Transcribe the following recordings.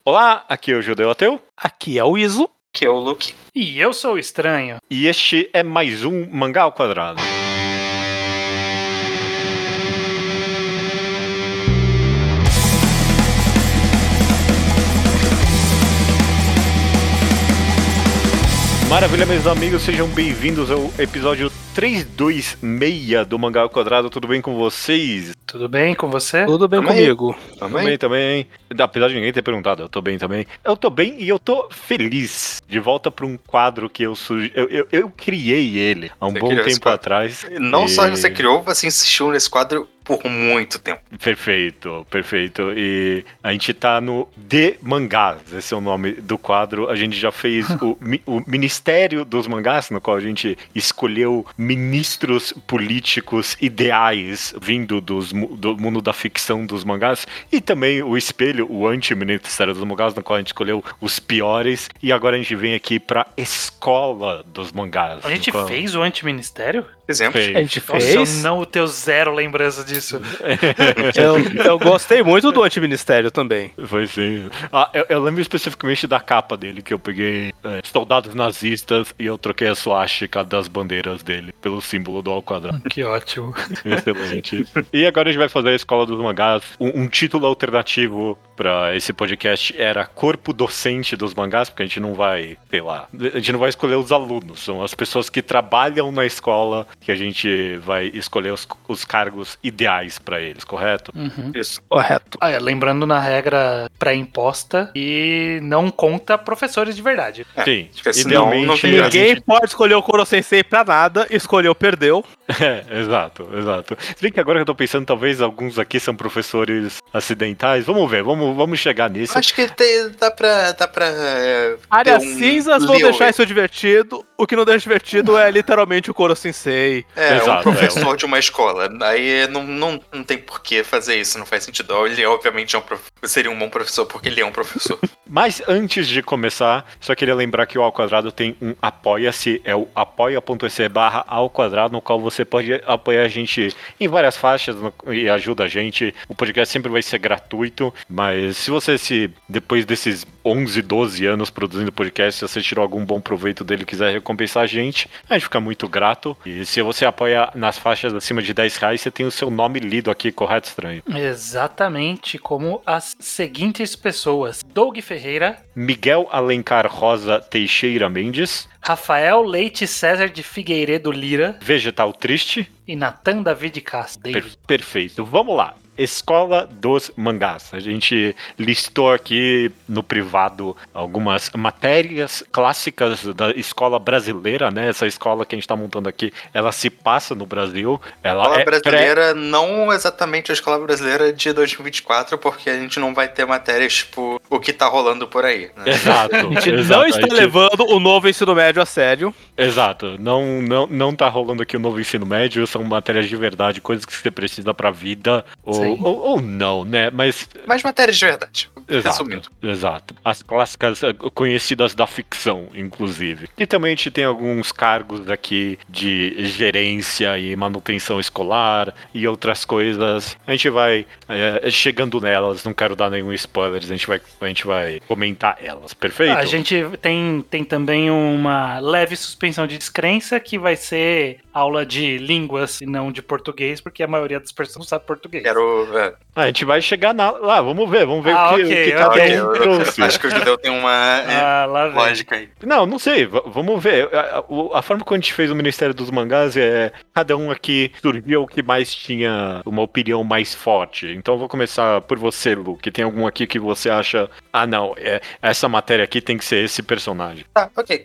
Olá, aqui é o Judeu Ateu. Aqui é o Iso. Aqui é o Luke. E eu sou o Estranho. E este é mais um Mangá ao Quadrado. Maravilha, meus amigos, sejam bem-vindos ao episódio 326 do Mangá ao Quadrado. Tudo bem com vocês? Tudo bem com você? Tudo bem comigo. Também. Apesar de ninguém ter perguntado, eu tô bem também. Eu tô bem e eu tô feliz. De volta pra um quadro que eu criei ele há um bom tempo atrás. Não só você criou, você insistiu nesse quadro por muito tempo. Perfeito. E a gente tá no The Mangás, esse é o nome do quadro. A gente já fez o Ministério dos Mangás, no qual a gente escolheu ministros políticos ideais vindo do mundo da ficção dos mangás. E também o Espelho, o anti-Ministério dos Mangás, no qual a gente escolheu os piores. E agora a gente vem aqui pra Escola dos Mangás. A gente fez o anti-ministério? Exemplo. A gente Nossa, fez. eu não tenho zero lembrança disso. Eu gostei muito do anti-ministério também. Foi sim. Eu lembro especificamente da capa dele, que eu peguei soldados nazistas e eu troquei a suástica das bandeiras dele pelo símbolo do ao quadrado. Que ótimo. Excelente. E agora a gente vai fazer a Escola dos Mangás. Um título alternativo pra esse podcast era Corpo Docente dos Mangás, porque a gente não vai, sei lá, a gente não vai escolher os alunos, são as pessoas que trabalham na escola que a gente vai escolher os cargos ideais pra eles, correto? Uhum. Isso. Correto. Lembrando na regra pré-imposta e não conta professores de verdade. Sim, Senão não tem graça. Ninguém pode escolher o Koro Sensei pra nada, escolheu, perdeu. Exato. Se bem que agora que eu tô pensando, talvez alguns aqui são professores acidentais. Vamos ver, vamos chegar nisso. Acho que dá pra Áreas ter um cinzas vão Leo. deixar isso divertido. O que não deixa divertido é literalmente o Koro Sensei. Exato, um professor de uma escola. Aí não tem por que fazer isso, não faz sentido. Ele obviamente seria um bom professor porque ele é um professor. Mas antes de começar, só queria lembrar que o Ao Quadrado tem um Apoia-se, é o apoia.se/ao quadrado, no qual você pode apoiar a gente em várias faixas e ajuda a gente. O podcast sempre vai ser gratuito, mas se você, depois desses 11, 12 anos produzindo podcast, se você tirou algum bom proveito dele e quiser recompensar a gente fica muito grato. E se você apoia nas faixas acima de R$10, você tem o seu nome lido aqui, correto, Estranho? Exatamente como as seguintes pessoas: Doug Ferreira, Miguel Alencar Rosa Teixeira Mendes, Rafael Leite César de Figueiredo Lira Vegetal Triste e Natan David Castro. Perfeito, vamos lá. Escola dos Mangás. A gente listou aqui no privado algumas matérias clássicas da escola brasileira, né? Essa escola que a gente tá montando aqui, ela se passa no Brasil. A escola brasileira, não exatamente a escola brasileira de 2024, porque a gente não vai ter matérias tipo o que tá rolando por aí. Né? Exato. A gente não está levando o novo ensino médio a sério. Exato. Não tá rolando aqui o novo ensino médio, são matérias de verdade, coisas que você precisa pra vida. Ou não, né? Mas matérias de verdade. Exato. As clássicas conhecidas da ficção, inclusive. E também a gente tem alguns cargos aqui de gerência e manutenção escolar e outras coisas. A gente vai chegando nelas, não quero dar nenhum spoiler, a gente vai comentar elas, perfeito? A gente tem também uma leve suspensão de descrença, que vai ser aula de línguas e não de português, porque a maioria das pessoas não sabe português. A gente vai chegar lá, vamos ver o que cada um trouxe. Acho que o Judeu tem uma lógica aí. Não sei, vamos ver. A forma como a gente fez o Ministério dos Mangás cada um aqui surgiu o que mais tinha uma opinião mais forte. Então eu vou começar por você, Lu, que tem algum aqui que você acha, não, essa matéria aqui tem que ser esse personagem. Tá, ok.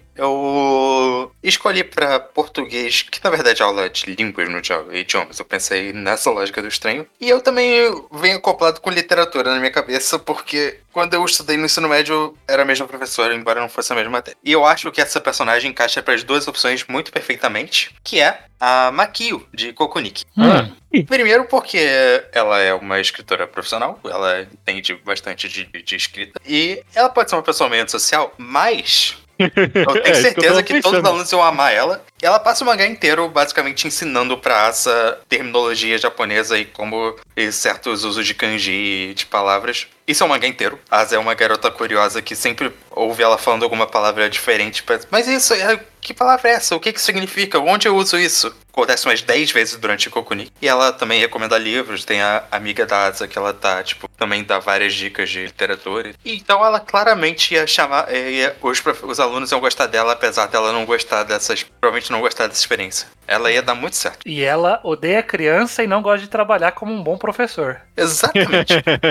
Eu escolhi pra português, que na verdade é aula de línguas no idiomas. Eu pensei nessa lógica do Estranho. E eu também venho acoplado com literatura na minha cabeça, porque quando eu estudei no ensino médio era a mesma professora, embora não fosse a mesma matéria. E eu acho que essa personagem encaixa para as duas opções muito perfeitamente, que é a Makio, de Kokuniki. Primeiro porque ela é uma escritora profissional, ela entende bastante de escrita, e ela pode ser uma pessoa meio antissocial, mas Eu tenho certeza que todos os pensando. alunos iam amar ela. E ela passa o mangá inteiro basicamente ensinando pra Asa terminologia japonesa e como e certos usos de kanji e de palavras. Isso é o mangá inteiro. A Asa é uma garota curiosa que sempre ouve ela falando alguma palavra diferente. Mas isso, que palavra é essa? O que significa? Onde eu uso isso? Acontece umas 10 vezes durante o Kokuni. E ela também recomenda livros. Tem a amiga da Asa que ela tá, tipo, também dá várias dicas de literatura. E então ela claramente ia chamar... Os alunos iam gostar dela, apesar dela não gostar dessas... Provavelmente não gostar dessa experiência. Ela ia dar muito certo. E ela odeia criança e não gosta de trabalhar como um bom professor. Exatamente.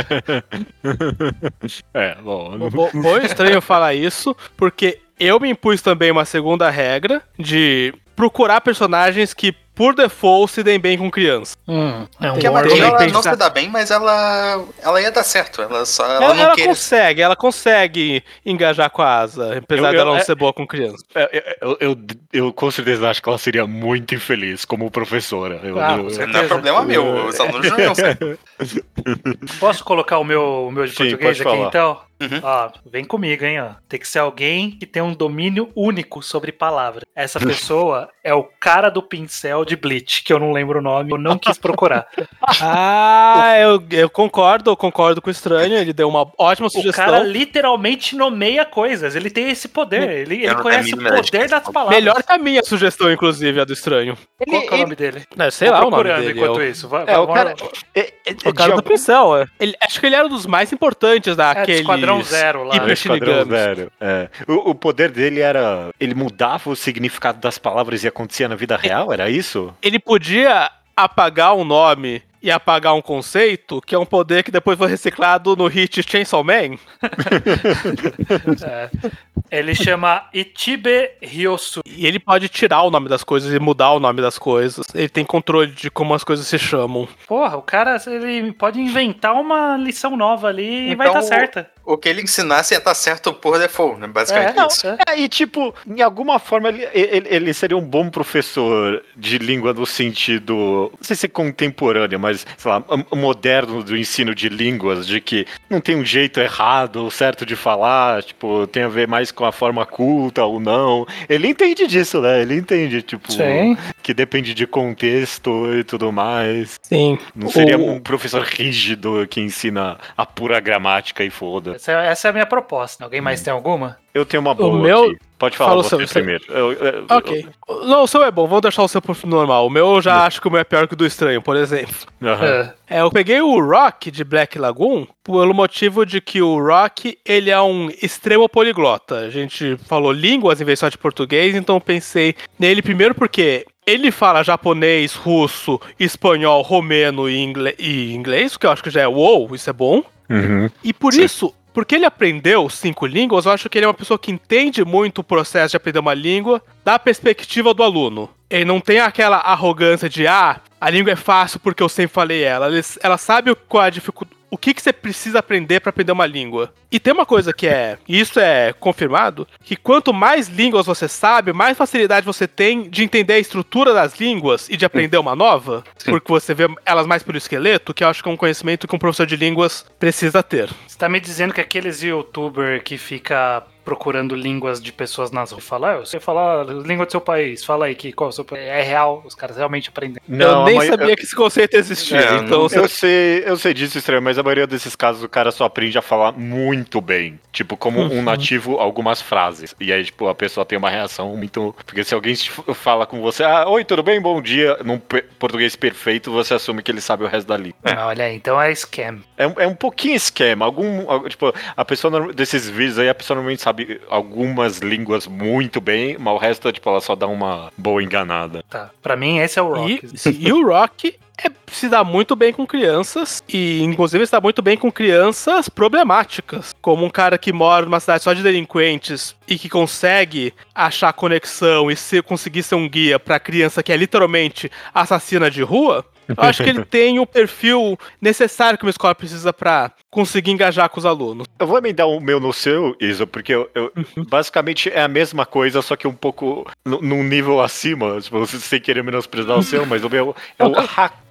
Bom. Bom estranho falar isso, porque eu me impus também uma segunda regra de procurar personagens que, por default, se deem bem com criança. É um Porque a Tem Maria, que ela não pensar. se dá bem, mas ela ia dar certo. Ela não Ela quer... ela consegue engajar com a Asa, apesar dela não ser boa com criança. Eu com certeza acho que ela seria muito infeliz como professora. Com Não é certeza. problema meu, os alunos não iam ser. Posso colocar o meu de Sim, português pode aqui, falar. então? Uhum. Ó, vem comigo, hein, ó. Tem que ser alguém que tem um domínio único sobre palavra. Essa pessoa é o cara do pincel de Bleach, que eu não lembro o nome, eu não quis procurar. Eu concordo com o estranho, ele deu uma ótima O sugestão. cara literalmente nomeia coisas, ele tem esse poder, ele não tenho conhece a o mínima ideia de poder quem das fala. palavras. Melhor que a minha sugestão, inclusive, a do estranho. Qual que é o nome dele? Sei Vou lá o nome procurando dele. enquanto isso. O cara, O cara do pincel, acho que ele era um dos mais importantes daquele Esquadrão Zero lá. Hiper Esquadrão Shinigamis. Zero. O poder dele era... Ele mudava o significado das palavras e acontecia na vida real? Era isso? Ele podia apagar um nome e apagar um conceito, que é um poder que depois foi reciclado no hit Chainsaw Man. Ele chama Ichibe Ryosu. E ele pode tirar o nome das coisas e mudar o nome das coisas. Ele tem controle de como as coisas se chamam. Porra, o cara ele pode inventar uma lição nova ali e vai Então, estar certa. O que ele ensinasse ia estar certo por default, né? Basicamente isso. E tipo, em alguma forma ele seria um bom professor de língua no sentido, não sei se contemporâneo, mas, sei lá, moderno do ensino de línguas, de que não tem um jeito errado ou certo de falar, tipo, tem a ver mais com a forma culta ou não. Ele entende disso, né? Ele entende, tipo, Sim. que depende de contexto e tudo mais. Sim. Não seria um professor rígido que ensina a pura gramática e foda. Essa é a minha proposta. Alguém mais tem alguma? Eu tenho uma boa meu- aqui. Pode falar Fala o você seu, primeiro. Ok. Não, o seu é bom, vamos deixar o seu por normal. O meu eu já acho que o meu é pior que o do estranho, por exemplo. Aham. Eu peguei o Rock de Black Lagoon pelo motivo de que o Rock, ele é um extremo poliglota. A gente falou línguas em vez só de português, então eu pensei nele primeiro porque ele fala japonês, russo, espanhol, romeno e inglês, que eu acho que já é wow, isso é bom. Uhum. E por isso, porque ele aprendeu 5 línguas, eu acho que ele é uma pessoa que entende muito o processo de aprender uma língua da perspectiva do aluno. Ele não tem aquela arrogância de, a língua é fácil porque eu sempre falei ela. Ela sabe qual é a dificuldade. O que você precisa aprender para aprender uma língua? E tem uma coisa que e isso é confirmado, que quanto mais línguas você sabe, mais facilidade você tem de entender a estrutura das línguas e de aprender uma nova, porque você vê elas mais pelo esqueleto, que eu acho que é um conhecimento que um professor de línguas precisa ter. Você tá me dizendo que aqueles youtubers que fica procurando línguas de pessoas nas ruas, fala, eu sei falar a língua do seu país, fala aí qual é o seu país. É real, os caras realmente aprendem. Eu nem sabia que esse conceito existia, então... Eu sei disso, estranho, mas a maioria desses casos o cara só aprende a falar muito bem. Tipo, como um nativo, algumas frases. E aí, tipo, a pessoa tem uma reação muito... Porque se alguém fala com você, oi, tudo bem? Bom dia, num português perfeito, você assume que ele sabe o resto da língua. Olha aí, então é scam. É um pouquinho esquema. Tipo, a pessoa desses vídeos aí, a pessoa normalmente sabe algumas línguas muito bem, mas o resto, tipo, ela só dá uma boa enganada. Tá, pra mim esse é o Rock. E o Rock se dá muito bem com crianças, e inclusive se dá muito bem com crianças problemáticas, como um cara que mora numa cidade só de delinquentes e que consegue achar conexão e conseguir ser um guia pra criança que é literalmente assassina de rua. Eu acho que ele tem o perfil necessário que uma escola precisa pra conseguir engajar com os alunos. Eu vou emendar o meu no seu, Iso, porque basicamente é a mesma coisa, só que um pouco num nível acima, tipo, sem querer menosprezar o seu, mas o meu é o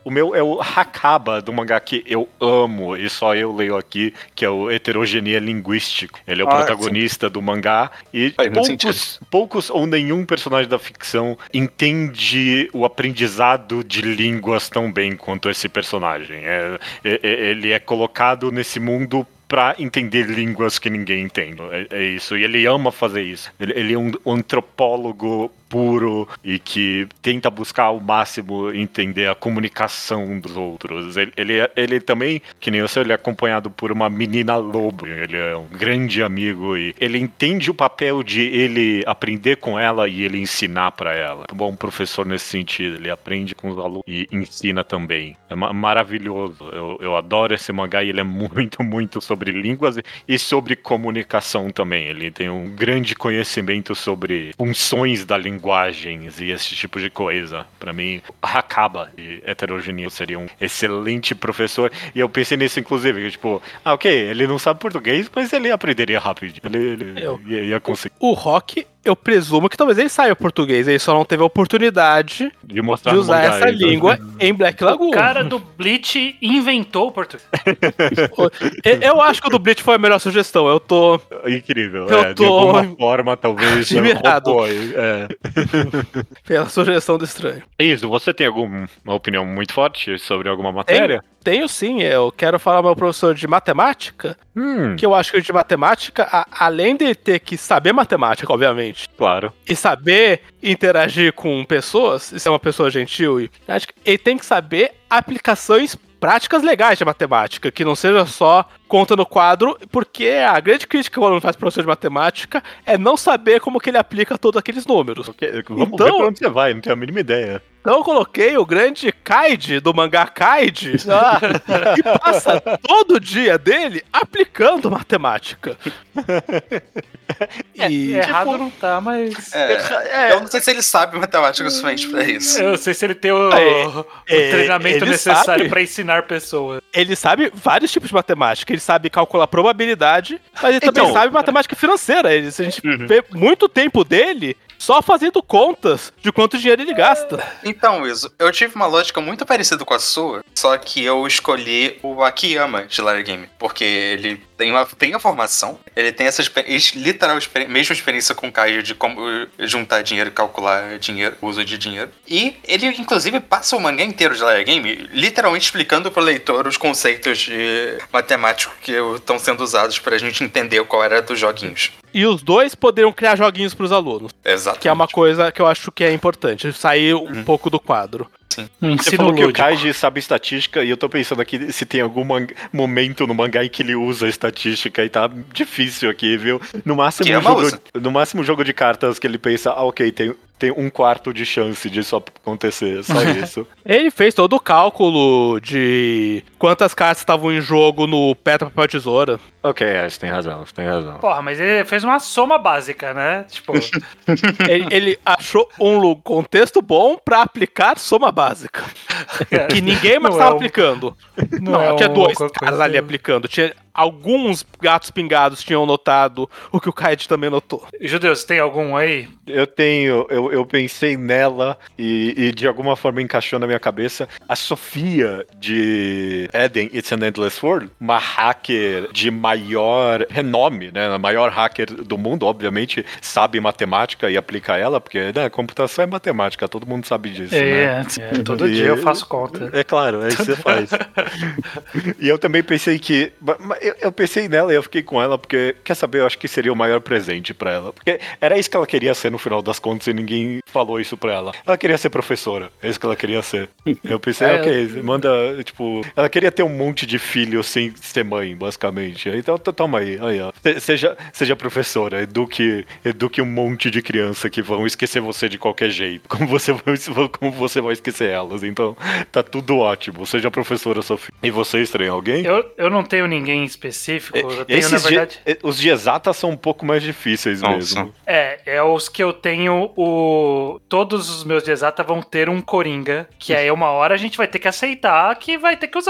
O meu é o Hakaba, do mangá que eu amo, e só eu leio aqui, que é o Heterogenia Linguístico. Ele é o protagonista do mangá, e poucos ou nenhum personagem da ficção entende o aprendizado de línguas tão bem quanto esse personagem. Ele é colocado nesse mundo pra entender línguas que ninguém entende. É isso. E ele ama fazer isso. Ele é um antropólogo puro e que tenta buscar ao máximo entender a comunicação dos outros. Ele também, que nem você, ele é acompanhado por uma menina lobo. Ele é um grande amigo e ele entende o papel de ele aprender com ela e ele ensinar pra ela. Um bom professor nesse sentido. Ele aprende com os alunos e ensina também. É maravilhoso. Eu adoro esse mangá e ele é muito, muito sobre línguas e sobre comunicação também. Ele tem um grande conhecimento sobre funções da linguagens e esse tipo de coisa. Pra mim, Hakaba de Heterogenia seria um excelente professor. E eu pensei nisso, inclusive, tipo, ok, ele não sabe português, mas ele aprenderia rápido. Ele ia conseguir. O Rock, eu presumo que talvez ele saiba português, ele só não teve a oportunidade de mostrar de usar essa língua em Black Lagoon. O cara do Bleach inventou o português. Eu acho que o do Bleach foi a melhor sugestão. Eu tô... Incrível. Eu tô... De alguma forma, talvez... admirado. Pela sugestão do estranho. Isso, você tem alguma opinião muito forte sobre alguma matéria? Tenho sim, eu quero falar meu professor de matemática, que eu acho que o de matemática, além de ter que saber matemática, obviamente, claro, e saber interagir com pessoas, e ser uma pessoa gentil, e acho que ele tem que saber aplicações práticas legais de matemática, que não seja só conta no quadro, porque a grande crítica que o aluno faz pro professor de matemática é não saber como que ele aplica todos aqueles números. Vamos ver pra onde você vai, não tenho a mínima ideia. Então eu coloquei o grande Kaide, do mangá Kaide, que passa todo o dia dele aplicando matemática. Errado não tá, mas... Eu não sei se ele sabe matemática o suficiente pra isso. Eu não sei se ele tem o treinamento necessário pra ensinar pessoas. Ele sabe vários tipos de matemática. Ele sabe calcular probabilidade, mas ele também sabe matemática financeira. A gente vê muito tempo dele só fazendo contas de quanto dinheiro ele gasta. Então, Iso, eu tive uma lógica muito parecida com a sua, só que eu escolhi o Akiyama de Liar Game, porque ele tem a formação, ele tem essa mesma experiência com o Kaiji de como juntar dinheiro e calcular dinheiro, uso de dinheiro. E ele, inclusive, passa o mangá inteiro de Liar Game literalmente explicando pro leitor os conceitos de matemático que estão sendo usados pra gente entender qual era dos joguinhos. E os dois poderiam criar joguinhos pros alunos. Exatamente. Que é uma coisa que eu acho que é importante, sair um pouco do quadro. Sim. Você falou que o Kaiji sabe estatística e eu tô pensando aqui se tem algum momento no mangá em que ele usa estatística e tá difícil aqui, viu? No máximo jogo de cartas que ele pensa, ok, tem 1/4 de chance disso acontecer, só isso. Ele fez todo o cálculo de quantas cartas estavam em jogo no Pedra, Papel, Tesoura. Ok, você tem razão. Porra, mas ele fez uma soma básica, né? Tipo... ele achou um contexto bom pra aplicar soma básica. Que ninguém mais estava aplicando. Não, tinha dois caras ali aplicando. Tinha alguns gatos pingados tinham notado o que o Kaide também notou. Judeus, tem algum aí? Eu tenho, eu pensei nela e de alguma forma encaixou na minha cabeça. A Sofia de Eden, It's an Endless World, uma hacker de maior renome, né? A maior hacker do mundo, obviamente, sabe matemática e aplica ela, porque computação é matemática, todo mundo sabe disso, né? Todo dia eu faço conta. É claro, é isso que você faz. E eu também pensei que... Eu pensei nela e eu fiquei com ela porque, quer saber, eu acho que seria o maior presente pra ela. Porque era isso que ela queria ser no final das contas e ninguém falou isso pra ela. Ela queria ser professora, é isso que ela queria ser. Eu pensei, ok, manda, tipo... Ela queria ter um monte de filhos sem ser mãe, basicamente. Então, toma aí ó. Seja professora, eduque um monte de criança que vão esquecer você de qualquer jeito. Como você vai esquecer elas. Então, tá tudo ótimo. Seja professora, Sofia. E você estranha alguém? Eu não tenho ninguém específico. Eu tenho, na verdade... Os de exatas são um pouco mais difíceis mesmo. É os que eu tenho todos os meus de exata vão ter um coringa, que aí uma hora a gente vai ter que aceitar que vai ter que usar.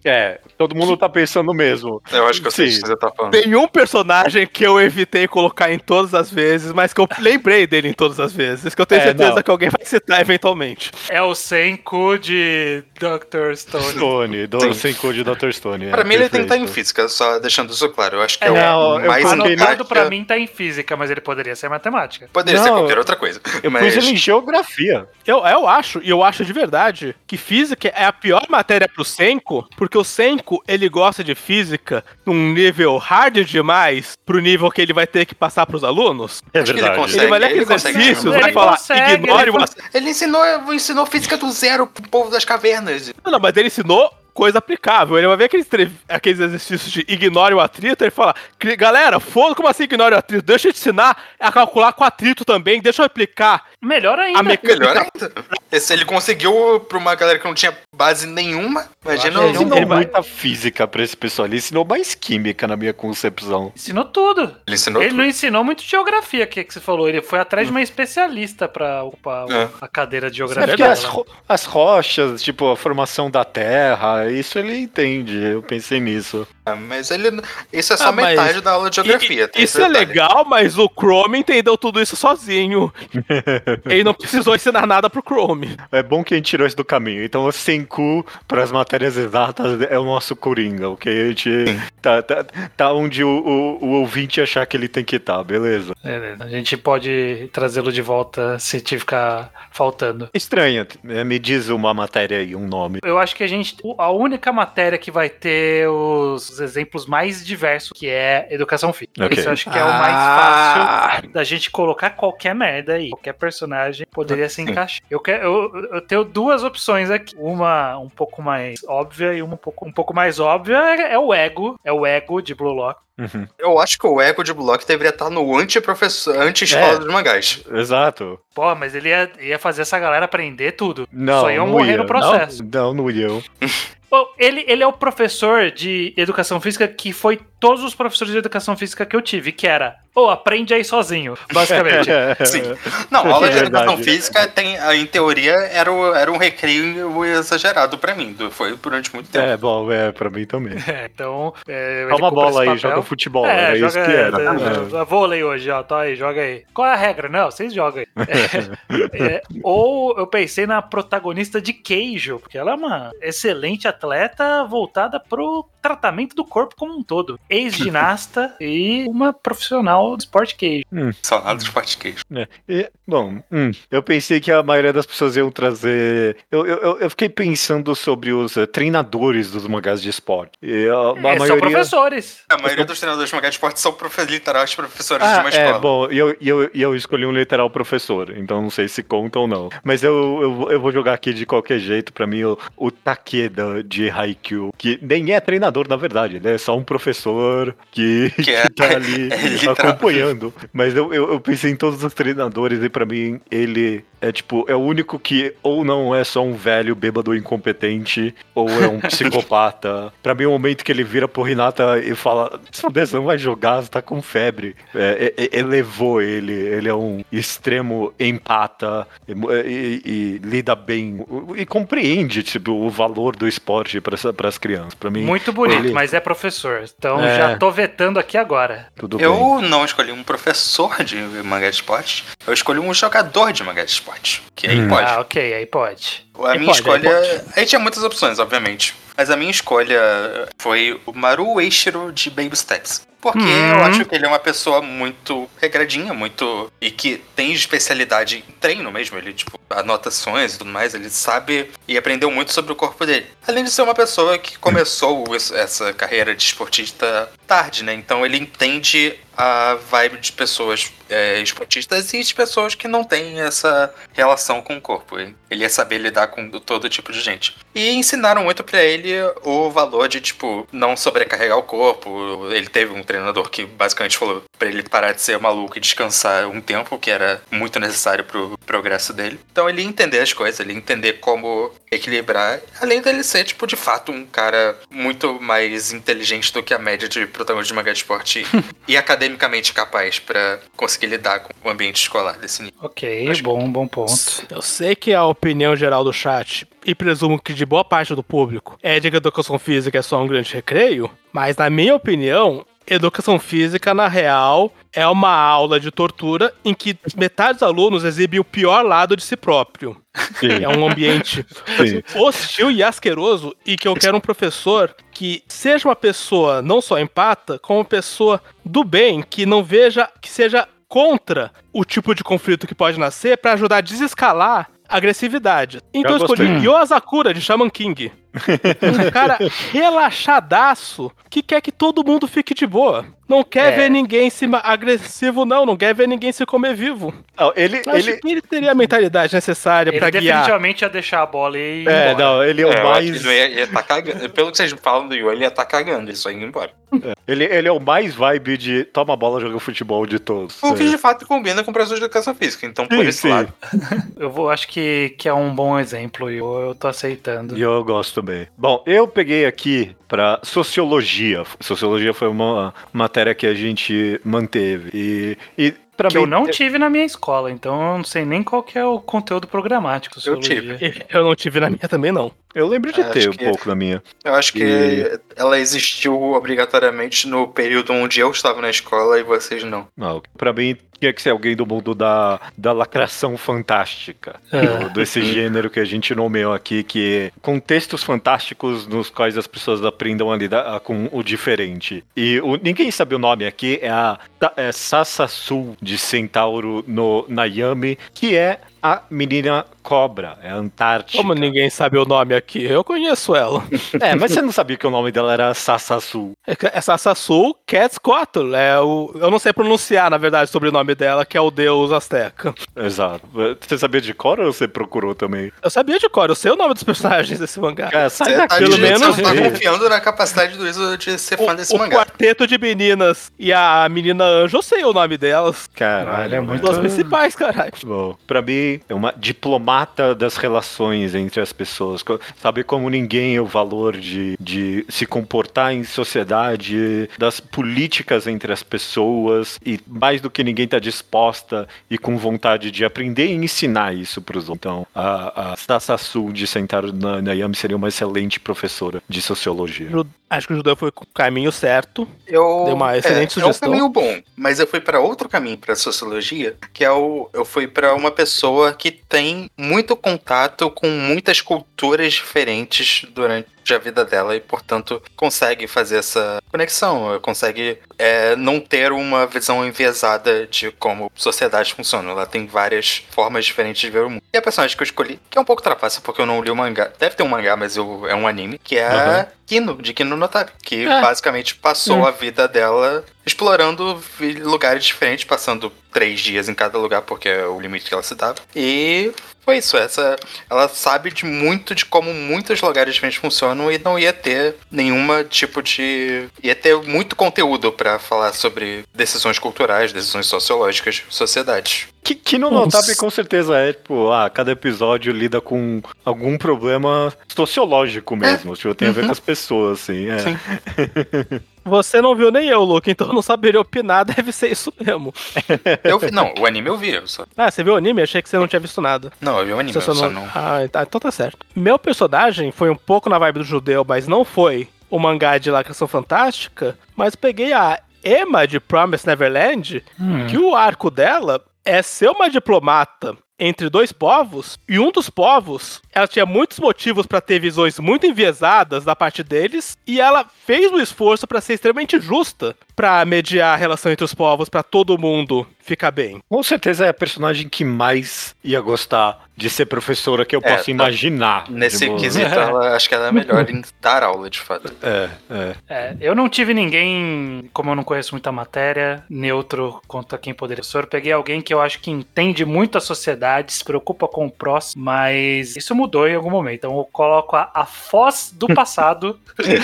Todo mundo tá pensando mesmo. Eu acho que eu sei o Sim. que você tá falando. Tem um personagem que eu evitei colocar em todas as vezes, mas que eu lembrei dele em todas as vezes, que eu tenho certeza não. que alguém vai citar eventualmente. É o Senku de Dr. Stone. Senku de Dr. Stone. Pra mim ele tem que estar em perfeito. física, só deixando isso claro. Eu acho que é Não, o eu mais coloquei Anotado pra encaixa. mim tá em física, mas ele poderia ser matemática. Poderia ser Não, qualquer outra coisa. Eu mas pus ele em geografia. Eu acho, e eu acho de verdade, que física é a pior matéria pro Senko, porque o Senko, ele gosta de física num nível hard demais pro nível que ele vai ter que passar pros alunos. É acho que ele verdade. consegue. Ele vai ler aqueles consegue exercícios, ativar. vai falar, consegue, ignore ele o... Ele ensinou física do zero pro povo das cavernas. Não, mas ele ensinou coisa aplicável. Ele vai ver aqueles exercícios de ignore o atrito, ele fala, galera, foda como assim ignore o atrito? Deixa eu te ensinar a calcular com atrito também, deixa eu aplicar Melhor ainda. a mecânica. Melhor ainda. Ele conseguiu pra uma galera que não tinha base nenhuma. Imagina Ele ensinou ele vai- muita física pra esse pessoal. Ele ensinou mais química na minha concepção. Ensinou tudo. Ele ensinou Ele tudo. não ensinou muito geografia, que você falou. Ele foi atrás de uma especialista pra ocupar a cadeira de É geografia. porque dela. as rochas, tipo, a formação da Terra, isso ele entende. Eu pensei nisso. Mas isso é só mas- metade da aula de geografia. tem Isso esse é detalhe. legal, mas o Chrome entendeu tudo isso sozinho. Ele não precisou ensinar nada pro Chrome. É bom que a gente tirou isso do caminho. Então, o Senku, para as matérias exatas, é o nosso Coringa, ok? A gente tá onde o ouvinte achar que ele tem que estar, beleza? A gente pode trazê-lo de volta se te ficar faltando. Estranha, me diz uma matéria aí, um nome. Eu acho que a única matéria que vai ter os exemplos mais diversos, que é educação física. Ok. Isso eu acho que é o mais fácil da gente colocar qualquer merda aí. Qualquer personagem poderia se encaixar. Eu tenho duas opções aqui. Uma um pouco mais óbvia e uma um pouco mais óbvia é o Ego. É o Ego de Blue Lock. Uhum. Eu acho que o Echo de Block deveria estar no anti-escola dos mangás. Exato. Pô, mas ele ia fazer essa galera aprender tudo. Não, Só iam não morrer ia. no processo. Não ia. Bom, ele é o professor de educação física que foi todos os professores de educação física que eu tive, que era, aprende aí sozinho, basicamente. Sim. Não, a aula de É educação verdade. física em teoria, era um recreio exagerado pra mim. Foi durante muito tempo. Bom, pra mim também. Então, ele Dá uma cumpre bola esse aí, papel. joga futebol. Era isso que era. Vôlei hoje, ó, tá aí, joga aí. Qual é a regra? Não, vocês jogam aí. Ou eu pensei na protagonista de Keijo, porque ela é uma excelente atleta voltada pro tratamento do corpo como um todo. Ex-ginasta e uma profissional de esporte queijo. Salada de esporte queijo. Eu pensei que a maioria das pessoas iam trazer. Eu fiquei pensando sobre os treinadores dos mangás de esporte. E a São maioria. professores. A maioria dos treinadores de mangá de esporte são literais professores de uma escola. Bom, eu escolhi um literal professor, então não sei se conta ou não. Mas eu vou jogar aqui de qualquer jeito. Pra mim, o Takeda de Haikyuu, que nem é treinador, na verdade, ele é só um professor que tá ali literal. acompanhando. Mas eu pensei em todos os treinadores e pra mim ele é o único que ou não é só um velho bêbado incompetente ou é um psicopata. Pra mim, o momento que ele vira pro Hinata e fala: você não vai jogar, você tá com febre. Elevou ele é um extremo empata e lida bem e compreende o valor do esporte pras crianças. Pra mim, Muito bonito, ele- mas é professor. Então já tô vetando aqui agora. tudo bem. Eu não escolhi um professor de mangá de esporte, eu escolhi um jogador de mangá de esporte. Que aí pode. Ah, ok, aí pode. A minha escolha. Aí tinha muitas opções, obviamente. Mas a minha escolha foi o Maru Eiichiro de Baby Steps. Porque eu acho que ele é uma pessoa muito regradinha, e que tem especialidade em treino mesmo. Ele, anotações e tudo mais, ele sabe e aprendeu muito sobre o corpo dele. Além de ser uma pessoa que começou essa carreira de esportista tarde, né? Então ele entende a vibe de pessoas esportistas e de pessoas que não têm essa relação com o corpo. Ele ia saber lidar com todo tipo de gente. E ensinaram muito pra ele o valor de, não sobrecarregar o corpo. Ele teve um treinador que basicamente falou pra ele parar de ser maluco e descansar um tempo, que era muito necessário pro progresso dele. Então ele ia entender as coisas, ele ia entender como equilibrar, além dele ser, de fato, um cara muito mais inteligente do que a média de protagonistas de mangá de esporte e acadêmico academicamente capaz pra conseguir lidar com o ambiente escolar desse nível. Ok, bom ponto. Eu sei que a opinião geral do chat, e presumo que de boa parte do público, é de que a educação física é só um grande recreio, mas na minha opinião, educação física, na real, é uma aula de tortura em que metade dos alunos exibe o pior lado de si próprio. Sim. É um ambiente Sim. hostil e asqueroso, e que eu quero um professor que seja uma pessoa não só empata, como uma pessoa do bem, que não veja, que seja contra o tipo de conflito que pode nascer para ajudar a desescalar a agressividade. Então eu escolhi Ryo Asakura de Shaman King. Um cara relaxadaço que quer que todo mundo fique de boa. Não quer ver ninguém se agressivo, não quer ver ninguém se comer vivo. Não, Acho que ele teria a mentalidade necessária Ele pra guiar. definitivamente ia deixar a bola e ir É, embora. não, ele é o Eu acho que mais. ele ia tá cagando. Pelo que vocês falam do Yu, ele ia tá cagando, ele só ia embora. Ele é o mais vibe de toma a bola, joga futebol de todos. O que de fato combina com o professor de educação física, então por esse lado. Acho que é um bom exemplo e eu tô aceitando. E eu gosto também. Bom, eu peguei aqui pra sociologia. Sociologia foi uma matéria que a gente manteve. E pra Que mim, eu não tive na minha escola, então eu não sei nem qual que é o conteúdo programático. Eu tive. Eu não tive na minha também, não. Eu lembro de Acho ter um que- pouco na minha. Eu acho que ela existiu obrigatoriamente no período onde eu estava na escola e vocês não. Não, pra mim tinha que ser alguém do mundo da lacração fantástica. Desse gênero que a gente nomeou aqui, que é contextos fantásticos nos quais as pessoas aprendam a lidar com o diferente. E ninguém sabe o nome aqui, é Sasasu de Centauro no Nayami, que é a menina cobra, é a Antártica. Como ninguém sabe o nome aqui, eu conheço ela. É, mas você não sabia que o nome dela era Sasasu. É Sasasu Quetzalcoatl. Eu não sei pronunciar, na verdade, o sobrenome dela, que é o deus asteca. Exato. Você sabia de cor ou você procurou também? Eu sabia de cor, eu sei o nome dos personagens desse mangá. Cara, sai Você daqui. tá, pelo menos- você tá confiando na capacidade do Iso de ser fã desse O mangá. quarteto de meninas e a menina anjo, eu sei o nome delas. Caralho, é velho. muito- As principais, caralho. Bom, pra mim, é uma diplomata das relações entre as pessoas. Sabe como ninguém o valor de se comportar em sociedade, das políticas entre as pessoas, e mais do que ninguém tá disposta e com vontade de aprender e ensinar isso pros outros. Então, a Sasasu de Sentaro Nayami seria uma excelente professora de sociologia. Acho que o judeu foi com o caminho certo. Eu, Deu uma excelente É sugestão. um caminho bom, mas eu fui pra outro caminho pra sociologia, que é eu fui pra uma pessoa que tem muito contato com muitas culturas diferentes durante a vida dela e, portanto, consegue fazer essa conexão, consegue não ter uma visão enviesada de como sociedades funcionam. Ela tem várias formas diferentes de ver o mundo. E a personagem que eu escolhi, que é um pouco trapaça porque eu não li o mangá, deve ter um mangá, mas é um anime, que é a Kino, de Kino no Tabi, que basicamente passou a vida dela explorando lugares diferentes, passando 3 dias em cada lugar, porque é o limite que ela se dava. E foi isso, ela sabe muito de como muitos lugares diferentes funcionam e não ia ter nenhuma tipo de... ia ter muito conteúdo pra falar sobre decisões culturais, decisões sociológicas, sociedades. Que no Notabe com certeza é, tipo, cada episódio lida com algum problema sociológico mesmo. Tipo, tem a ver com as pessoas, assim. Sim. Você não viu nem eu, Luke, então não saberia opinar, deve ser isso mesmo. Não, o anime eu vi, eu só... Ah, você viu o anime? Achei que você não tinha visto nada. Não, eu vi o anime, Você eu só não... Ah, então tá certo. Meu personagem foi um pouco na vibe do judeu, mas não foi o mangá de lacração fantástica, mas peguei a Emma de Promised Neverland, que o arco dela é ser uma diplomata entre 2 povos, e um dos povos, ela tinha muitos motivos pra ter visões muito enviesadas da parte deles, e ela fez o esforço pra ser extremamente justa pra mediar a relação entre os povos, pra todo mundo ficar bem. Com certeza é a personagem que mais ia gostar de ser professora que eu posso imaginar. Nesse Tipo, quesito, acho que ela é melhor em dar aula, de fato. Eu não tive ninguém, como eu não conheço muita matéria, neutro quanto a quem poderia ser. Eu peguei alguém que eu acho que entende muito a sociedade, se preocupa com o próximo, mas isso mudou em algum momento. Então eu coloco a Foz do passado.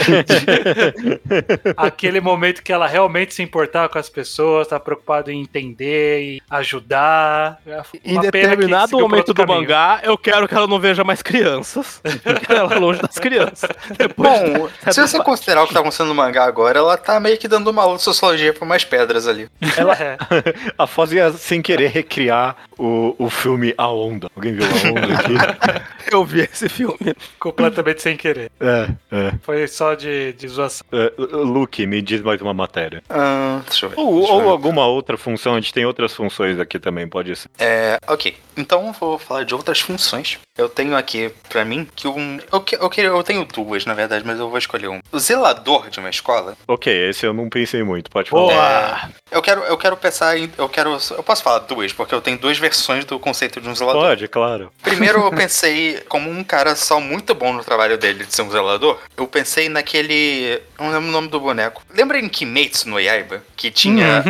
Aquele momento que ela realmente se importava com as pessoas, tá preocupada em entender e ajudar. Em determinado momento do mangá, eu quero que ela não veja mais crianças. Eu quero ela longe das crianças. Bom, se você considerar o que tá acontecendo no mangá agora, ela tá meio que dando uma aula de sociologia pra umas pedras ali. Ela, a Foz ia sem querer recriar o filme A Onda. Alguém viu A Onda aqui? Eu vi esse filme. Completamente sem querer. Foi só de zoação. Luke, me diz mais uma matéria. Deixa eu ver. Ou alguma outra função, a gente tem outras funções aqui também, pode ser. Ok. Então eu vou falar de outras funções. Eu tenho aqui pra mim que eu tenho duas, na verdade, mas eu vou escolher um. O zelador de uma escola. Ok, esse eu não pensei muito, pode falar. Eu quero pensar em. Eu posso falar duas, porque eu tenho duas versões do conceito de um zelador. Pode, claro. Primeiro eu pensei como um cara só muito bom no trabalho dele de ser um zelador. Eu pensei naquele. Eu não lembro o nome do boneco. Lembra em Kimetsu no Yaiba? Que tinha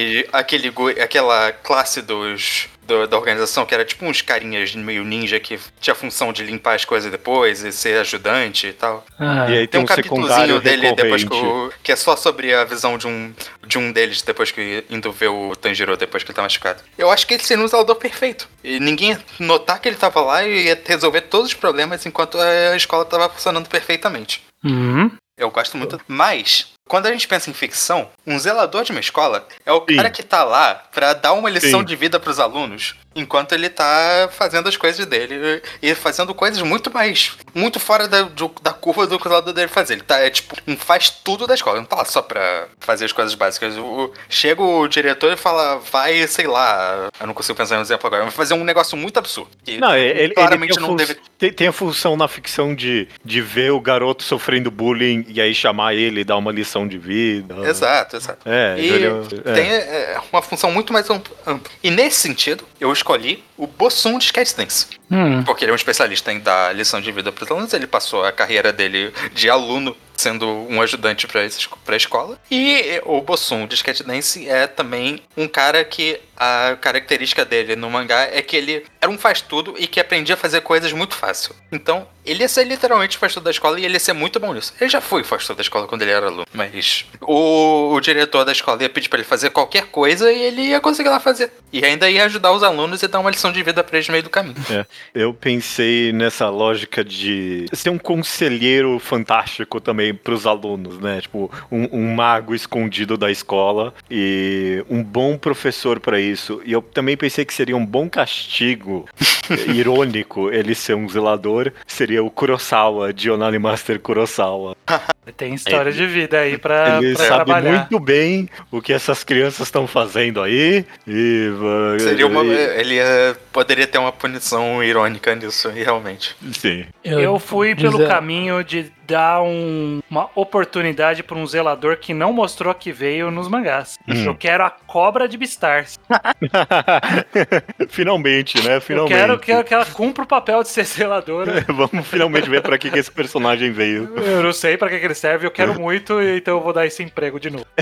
aquela classe da organização, que era tipo uns carinhas meio ninja que tinha a função de limpar as coisas depois e ser ajudante e tal. E aí tem um capítulozinho dele depois que é só sobre a visão de um deles depois que indo ver o Tanjiro depois que ele tá machucado. Eu acho que ele seria um zelador perfeito. E ninguém ia notar que ele tava lá e ia resolver todos os problemas enquanto a escola tava funcionando perfeitamente. Eu gosto muito. Mas, quando a gente pensa em ficção, um zelador de uma escola é o cara que tá lá pra dar uma lição de vida pros alunos, enquanto ele tá fazendo as coisas dele e fazendo coisas muito fora da curva do que o zelador dele fazer. Ele tá, faz tudo da escola, não tá lá só pra fazer as coisas básicas. Chega o diretor e fala, vai, sei lá, eu não consigo pensar em um exemplo agora, vai fazer um negócio muito absurdo. Não, ele claramente não deve... Tem a função na ficção de ver o garoto sofrendo bullying e aí chamar ele e dar uma lição de vida. Exato. Tem uma função muito mais ampla. E nesse sentido, eu escolhi o Bossum de Skate Dance. Porque ele é um especialista em dar lição de vida para os alunos. Ele passou a carreira dele de aluno sendo um ajudante para a escola. E o Bossum de Skate Dance é também um cara que a característica dele no mangá é que ele era um faz-tudo e que aprendia a fazer coisas muito fácil. Então, ele ia ser literalmente faz-tudo da escola e ele ia ser muito bom nisso. Ele já foi faz-tudo da escola quando ele era aluno, mas o diretor da escola ia pedir pra ele fazer qualquer coisa e ele ia conseguir lá fazer. E ainda ia ajudar os alunos e dar uma lição de vida pra eles no meio do caminho. Eu pensei nessa lógica de ser um conselheiro fantástico também pros alunos, né? Tipo, um mago escondido da escola e um bom professor pra isso. E eu também pensei que seria um bom castigo irônico ele ser um zelador, seria o Kurosawa, de Onani Master Kurosawa. Tem história de vida aí pra trabalhar. Ele sabe muito bem o que essas crianças estão fazendo aí. Ele poderia ter uma punição irônica nisso, realmente. Sim. Eu fui pelo caminho de dar uma oportunidade para um zelador que não mostrou que veio nos mangás. Eu quero a cobra de Beastars. Finalmente, né? Finalmente. Eu quero que ela cumpra o papel de ser zeladora. Vamos finalmente ver pra que esse personagem veio. Eu não sei pra que ele serve, eu quero muito, então eu vou dar esse emprego de novo.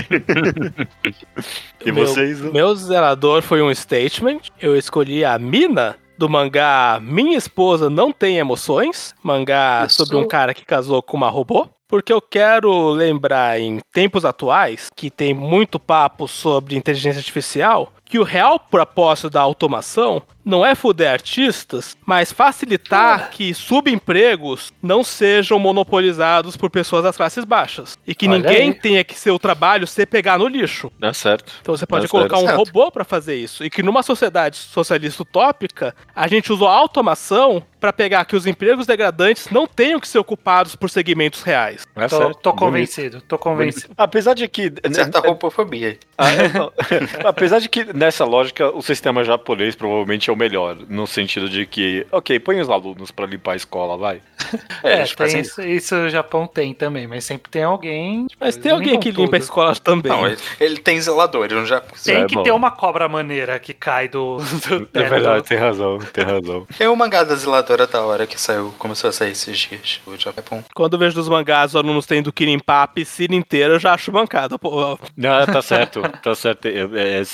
E vocês? Meu zelador foi um statement. Eu escolhi a Mina, do mangá Minha Esposa Não Tem Emoções, mangá sobre um cara que casou com uma robô. Porque eu quero lembrar, em tempos atuais, que tem muito papo sobre inteligência artificial, que o real propósito da automação não é foder artistas, mas facilitar que subempregos não sejam monopolizados por pessoas das classes baixas. E que ninguém tenha que seu trabalho ser pegar no lixo. Dá certo. Então você pode colocar um robô para fazer isso. E que numa sociedade socialista utópica, a gente usou a automação para pegar que os empregos degradantes não tenham que ser ocupados por segmentos reais. Tô convencido. Apesar de que... Certa robofobia. Apesar de que, nessa lógica, o sistema japonês provavelmente é o melhor, no sentido de que, ok, põe os alunos pra limpar a escola, vai. Isso o Japão tem também, mas sempre tem alguém... Mas tem alguém que limpa a escola também. Não, ele tem zeladores no Japão. Tem que ter uma cobra maneira que cai do teto. É verdade, tem razão. Tem um mangá da zeladora da hora que começou a sair esses dias, o Japão. Quando eu vejo nos mangás os alunos tendo que limpar a piscina inteira, eu já acho mancada. Não, tá certo, é excelente.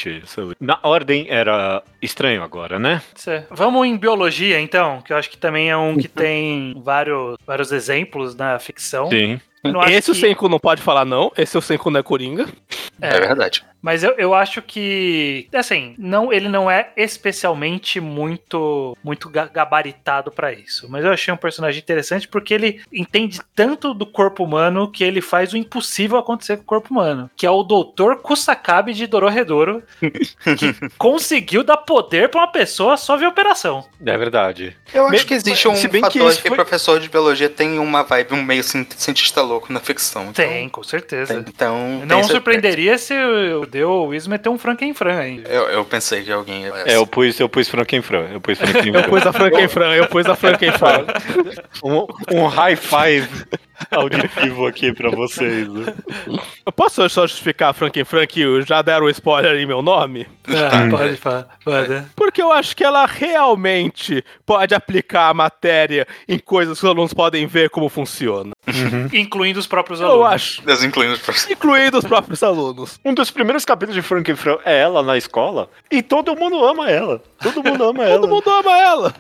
Excelente. Na ordem era estranho agora, né? Vamos em biologia, então, que eu acho que também é um que tem vários exemplos na ficção. Sim. Esse o Senku não pode falar não, esse o Senku não é Coringa. É verdade. Mas eu acho que, assim, ele não é especialmente muito gabaritado pra isso. Mas eu achei um personagem interessante porque ele entende tanto do corpo humano que ele faz o impossível acontecer com o corpo humano. Que é o Dr. Kusakabe de Dorohedoro, que conseguiu dar poder pra uma pessoa só ver operação. É verdade. Eu acho que existe um fator que foi... professor de biologia tem uma vibe, um meio cientista louco na ficção. Então, tem, com certeza. Então, não surpreenderia se o Wiz meter um Frankenfran aí. Eu pensei que alguém... eu pus Frankenfran. Eu pus a Frankenfran. um high five auditivo aqui pra vocês. Eu posso só justificar a Frankenfran que já deram o spoiler em meu nome? Pode. Porque eu acho que ela realmente pode aplicar a matéria em coisas que os alunos podem ver como funciona. Incluindo os próprios alunos. Eu acho. Incluindo os próprios alunos. Um dos primeiros capítulos de Frankenfran é ela na escola e todo mundo ama ela. Todo mundo ama ela.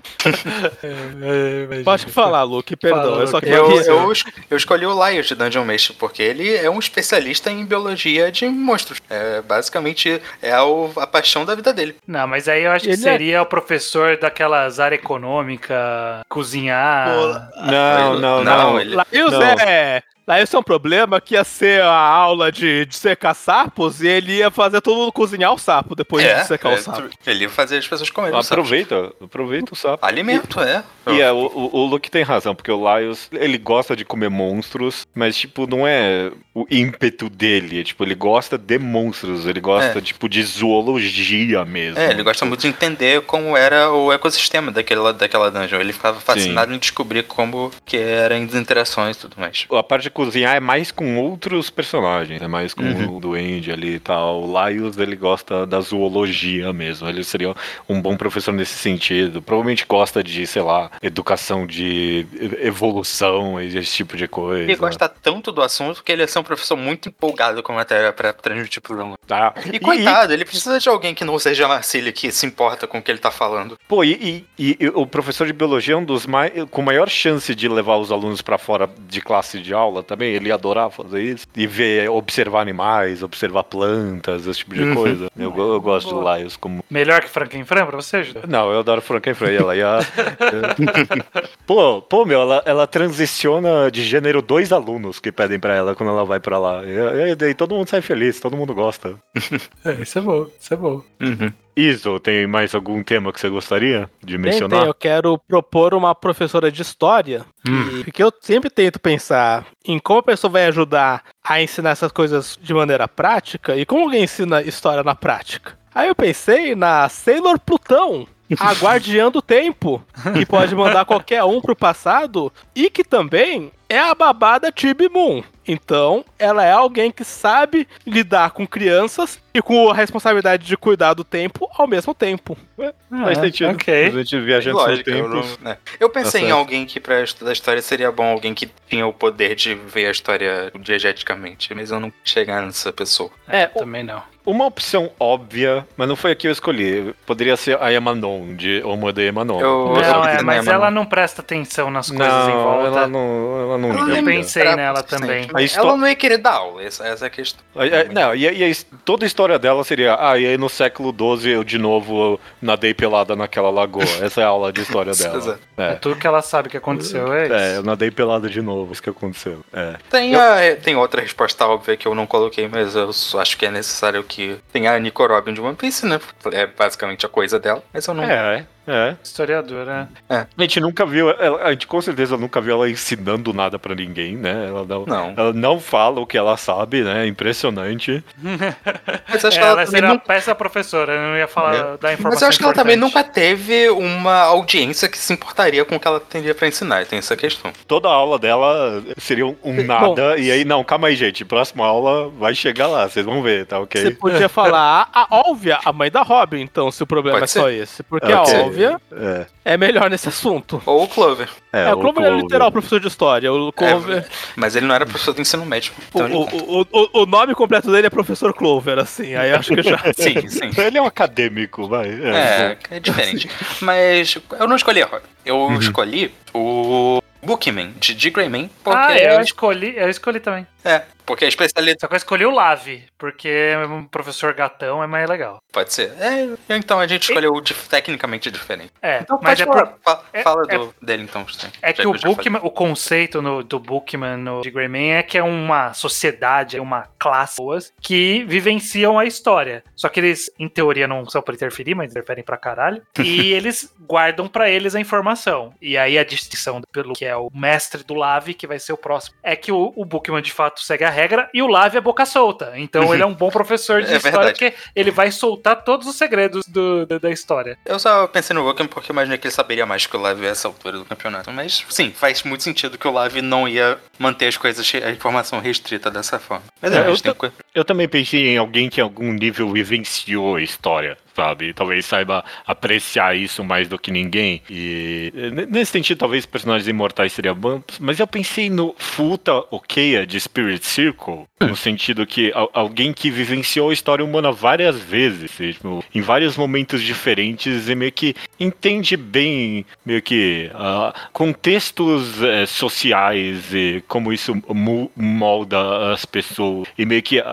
Pode falar, Luke, perdão. Eu escolhi o Laios de Dungeon Mesh porque ele é um especialista em biologia de monstros. Basicamente é a paixão da vida dele. Não, mas aí eu acho que seria o professor daquelas área econômica, cozinhar... Não. Lá esse é um problema que ia ser a aula de secar sapos e ele ia fazer todo mundo cozinhar o sapo depois de secar o sapo. Ele ia fazer as pessoas comerem Aproveita o sapo. Alimento, E o Luke tem razão, porque o Laios, ele gosta de comer monstros, mas, tipo, não é o ímpeto dele. Tipo, ele gosta de monstros, ele gosta, tipo, de zoologia mesmo. Ele gosta muito de entender como era o ecossistema daquela dungeon. Ele ficava fascinado em descobrir como que eram as interações e tudo mais. A parte de cozinhar é mais com outros personagens, é mais com o Duende ali e tal. O Laios, ele gosta da zoologia mesmo, ele seria um bom professor nesse sentido. Provavelmente gosta de, sei lá, educação de evolução, esse tipo de coisa. Ele gosta tanto do assunto que ele é um professor muito empolgado com a matéria pra transmitir pro aluno. E coitado, ele precisa de alguém que não seja Marcílio, que se importa com o que ele tá falando. Pô, e o professor de biologia é um dos com maior chance de levar os alunos pra fora de classe de aula também, ele ia adorar fazer isso. E observar animais, observar plantas, esse tipo de coisa. Eu gosto do Laios como... Melhor que Frankenfran pra você, Judeu? Não, eu adoro Frankenfran. Ela ia... Pô, ela transiciona de gênero 2 alunos que pedem pra ela quando ela vai pra lá. E daí todo mundo sai feliz, todo mundo gosta. Isso é bom. Iso, tem mais algum tema que você gostaria de mencionar? Eu quero propor uma professora de história, porque eu sempre tento pensar em como a pessoa vai ajudar a ensinar essas coisas de maneira prática e como alguém ensina história na prática. Aí eu pensei na Sailor Plutão, a guardiã do tempo, que pode mandar qualquer um pro passado e que também é a babá da Chibi Moon. Então, ela é alguém que sabe lidar com crianças e com a responsabilidade de cuidar do tempo ao mesmo tempo. Faz sentido. Ok. A gente viajando no tempo. Eu pensei em alguém que pra estudar a história seria bom, alguém que tinha o poder de ver a história diegeticamente, mas eu não chegar nessa pessoa. Também não. Uma opção óbvia, mas não foi a que eu escolhi. Poderia ser a Yamanon, de Homo de Yamanon. Mas ela não presta atenção nas coisas em volta. Ela não liga. Eu pensei nela também. Ela não ia querer dar aula, essa é a questão. Toda a história dela seria, e aí no século XII eu de novo nadei pelada naquela lagoa. Essa é a aula de história dela. É tudo que ela sabe que aconteceu, é isso. Eu nadei pelada de novo, isso que aconteceu. Tem outra resposta óbvia que eu não coloquei, mas eu acho que é necessário que tenha a Nico Robin de One Piece, né? É basicamente a coisa dela, mas eu não... Historiadora. A gente nunca viu, a gente com certeza nunca viu ela ensinando nada pra ninguém, né? Ela não fala o que ela sabe, né? Impressionante. Mas acho que ela seria uma péssima professora, não ia falar da informação. Mas eu acho que ela também nunca teve uma audiência que se importaria com o que ela teria pra ensinar, tem essa questão. Toda a aula dela seria um nada, e aí, não, calma aí, gente, próxima aula vai chegar lá, vocês vão ver, tá ok? Você podia falar a Olvia, a mãe da Robin, então, se o problema só esse. Porque a Olvia Flávia é melhor nesse assunto. Ou o Clover. O Clover é literal professor de história. O Clover... Mas ele não era professor de ensino médio. Então o nome completo dele é professor Clover, assim. Aí acho que já... Sim. Ele é um acadêmico, vai. É diferente. Mas eu não escolhi a Rogue. Eu escolhi o Bookman, de Greyman, porque... eu escolhi também. Porque a especialidade... Só que eu escolhi o Lave, porque um professor gatão é mais legal. Pode ser. Então a gente escolheu tecnicamente diferente. Então mas fala dele então. É que o Bookman, o conceito do Bookman de Greyman é que é uma sociedade, uma classe de pessoas que vivenciam a história. Só que eles, em teoria, não são pra interferir, mas interferem pra caralho. E eles guardam pra eles a informação. E aí a distinção pelo que é o mestre do Lave, que vai ser o próximo, é que o Bookman de fato segue a regra e o Lave é boca solta. Então ele é um bom professor de história, porque ele vai soltar todos os segredos da história. Eu só pensei no Bookman porque imaginei que ele saberia mais que o Lave a essa altura do campeonato. Mas sim, faz muito sentido que o Lave não ia manter as coisas, a informação restrita dessa forma. Mas eu também pensei em alguém que em algum nível vivenciou a história, sabe? Talvez saiba apreciar isso mais do que ninguém. E nesse sentido, talvez personagens imortais seriam bons, mas eu pensei no Futa Okeya de Spirit Circle, no sentido que alguém que vivenciou a história humana várias vezes, tipo, em vários momentos diferentes e meio que entende bem, meio que contextos sociais e como isso molda as pessoas e meio que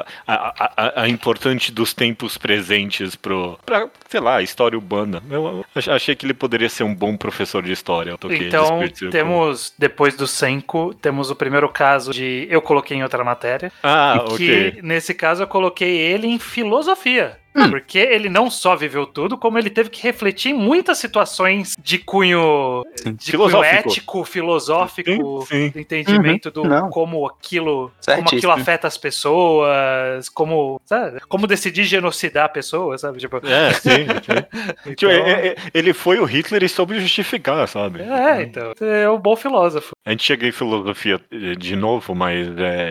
a importante dos tempos presentes pra, sei lá, história urbana. Eu achei que ele poderia ser um bom professor de história. Então, temos, depois do Senko, temos o primeiro caso de eu coloquei em outra matéria. Que, nesse caso, eu coloquei ele em filosofia. Porque ele não só viveu tudo, como ele teve que refletir em muitas situações de cunho ético, filosófico, do entendimento do como aquilo afeta as pessoas, como decidir genocidar pessoas, sabe? Tipo... Então... ele foi o Hitler e soube justificar, sabe? Então, é um bom filósofo. A gente chega em filosofia de novo, mas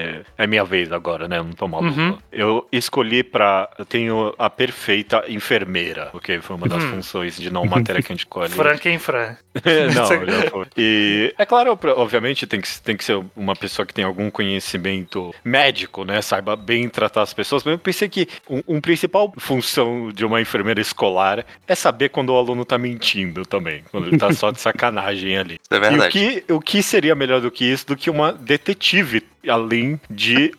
é minha vez agora, né? Eu não tô maluco. Eu escolhi eu tenho a perfeita enfermeira, porque foi uma das funções de não matéria que a gente escolhe. Frankenfran. Não, já foi. E é claro, obviamente tem que ser uma pessoa que tem algum conhecimento médico, né? Saiba bem tratar as pessoas. Mas eu pensei que uma principal função de uma enfermeira escolar é saber quando o aluno tá mentindo também, quando ele tá só de sacanagem ali. É verdade. E o que seria melhor do que isso, do que uma detetive, além de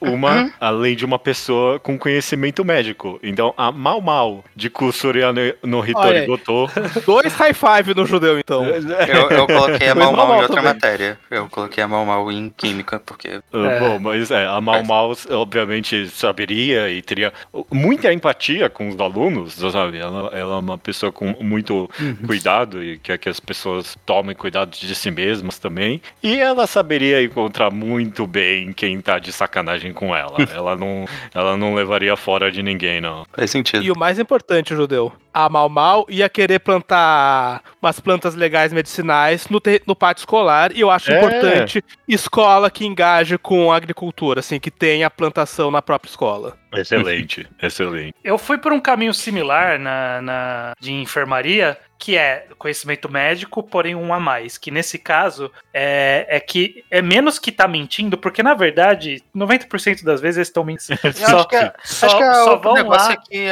uma pessoa com conhecimento médico. Então, a Mal de Kusuri no Hitori Goto. 2 high five no judeu, então. Eu coloquei a Mal em outra matéria. Eu coloquei a Mal em química, porque... Bom, mas a Mal obviamente saberia e teria muita empatia com os alunos, sabe? Ela é uma pessoa com muito cuidado e quer que as pessoas tomem cuidado de si mesmas também. E ela saberia encontrar muito bem quem tá de sacanagem com ela. Ela não levaria fora de ninguém, não. Faz sentido. E o mais importante, judeu, a Mal ia querer plantar umas plantas legais medicinais no pátio escolar, e eu acho importante escola que engaje com a agricultura, assim, que tenha plantação na própria escola. Excelente. Eu fui por um caminho similar de enfermaria, que é conhecimento médico, porém um a mais. Que nesse caso é que é menos que tá mentindo, porque na verdade 90% das vezes eles estão mentindo. Acho que o negócio é que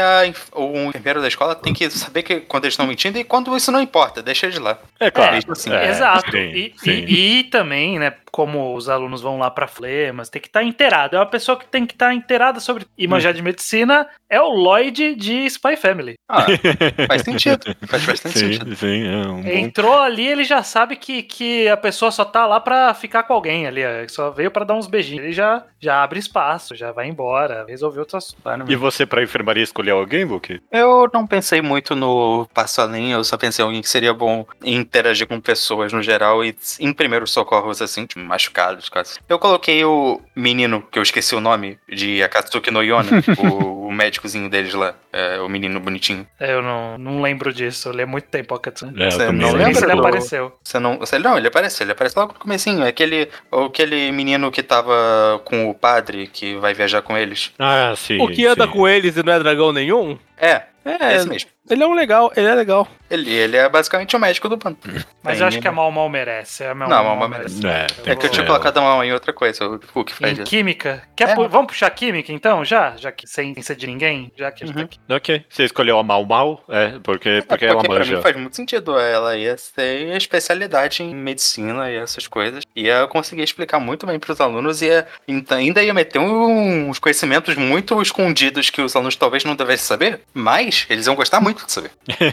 o enfermeiro da escola tem que saber que quando eles estão mentindo e quando isso não importa, deixa eles lá. É claro. Exato. Sim. E também, né, como os alunos vão lá pra flemas, tem que estar inteirado. É uma pessoa que tem que estar inteirada sobre e manjar de medicina, é o Lloyd de Spy Family. Faz sentido. Faz bastante sentido. Sim, entrou ali, ele já sabe que a pessoa só tá lá pra ficar com alguém ali, só veio pra dar uns beijinhos. Ele já abre espaço, já vai embora, resolveu outras coisas. E você, pra enfermaria, escolheu alguém, Luke? Eu não pensei muito no passo além, eu só pensei em alguém que seria bom interagir com pessoas no geral e em primeiros socorros, assim, tipo, machucados, quase. Eu coloquei o menino, que eu esqueci o nome, de Akatsuki no Yona, o médicozinho deles lá, o menino bonitinho. Eu não lembro disso, eu li há muito tempo Akatsuki. Você não lembra? Ele apareceu. Ele aparece logo no comecinho, é aquele menino que tava com o padre, que vai viajar com eles. Sim. O que anda com eles e não é dragão nenhum? É esse mesmo. Ele é legal. Ele é basicamente o médico do bando. Mas eu acho que a Mal merece. Não, a Mal merece. É que eu tinha colocado a Mal em outra coisa, o que faz em isso. química? Vamos puxar química então, já que sem ser de ninguém? Já que a gente tá aqui. Ok. Você escolheu a Mal? Porque ela Pra manja. mim faz muito sentido. Ela ia ter especialidade em medicina e essas coisas. Ia conseguir explicar muito bem pros alunos e ainda ia meter uns conhecimentos muito escondidos que os alunos talvez não devessem saber, mas eles iam gostar muito de saber.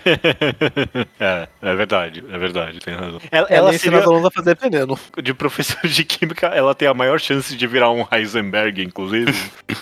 É verdade, tem razão. Ela ensina os alunos a fazer veneno. De professor de química, ela tem a maior chance de virar um Heisenberg, inclusive.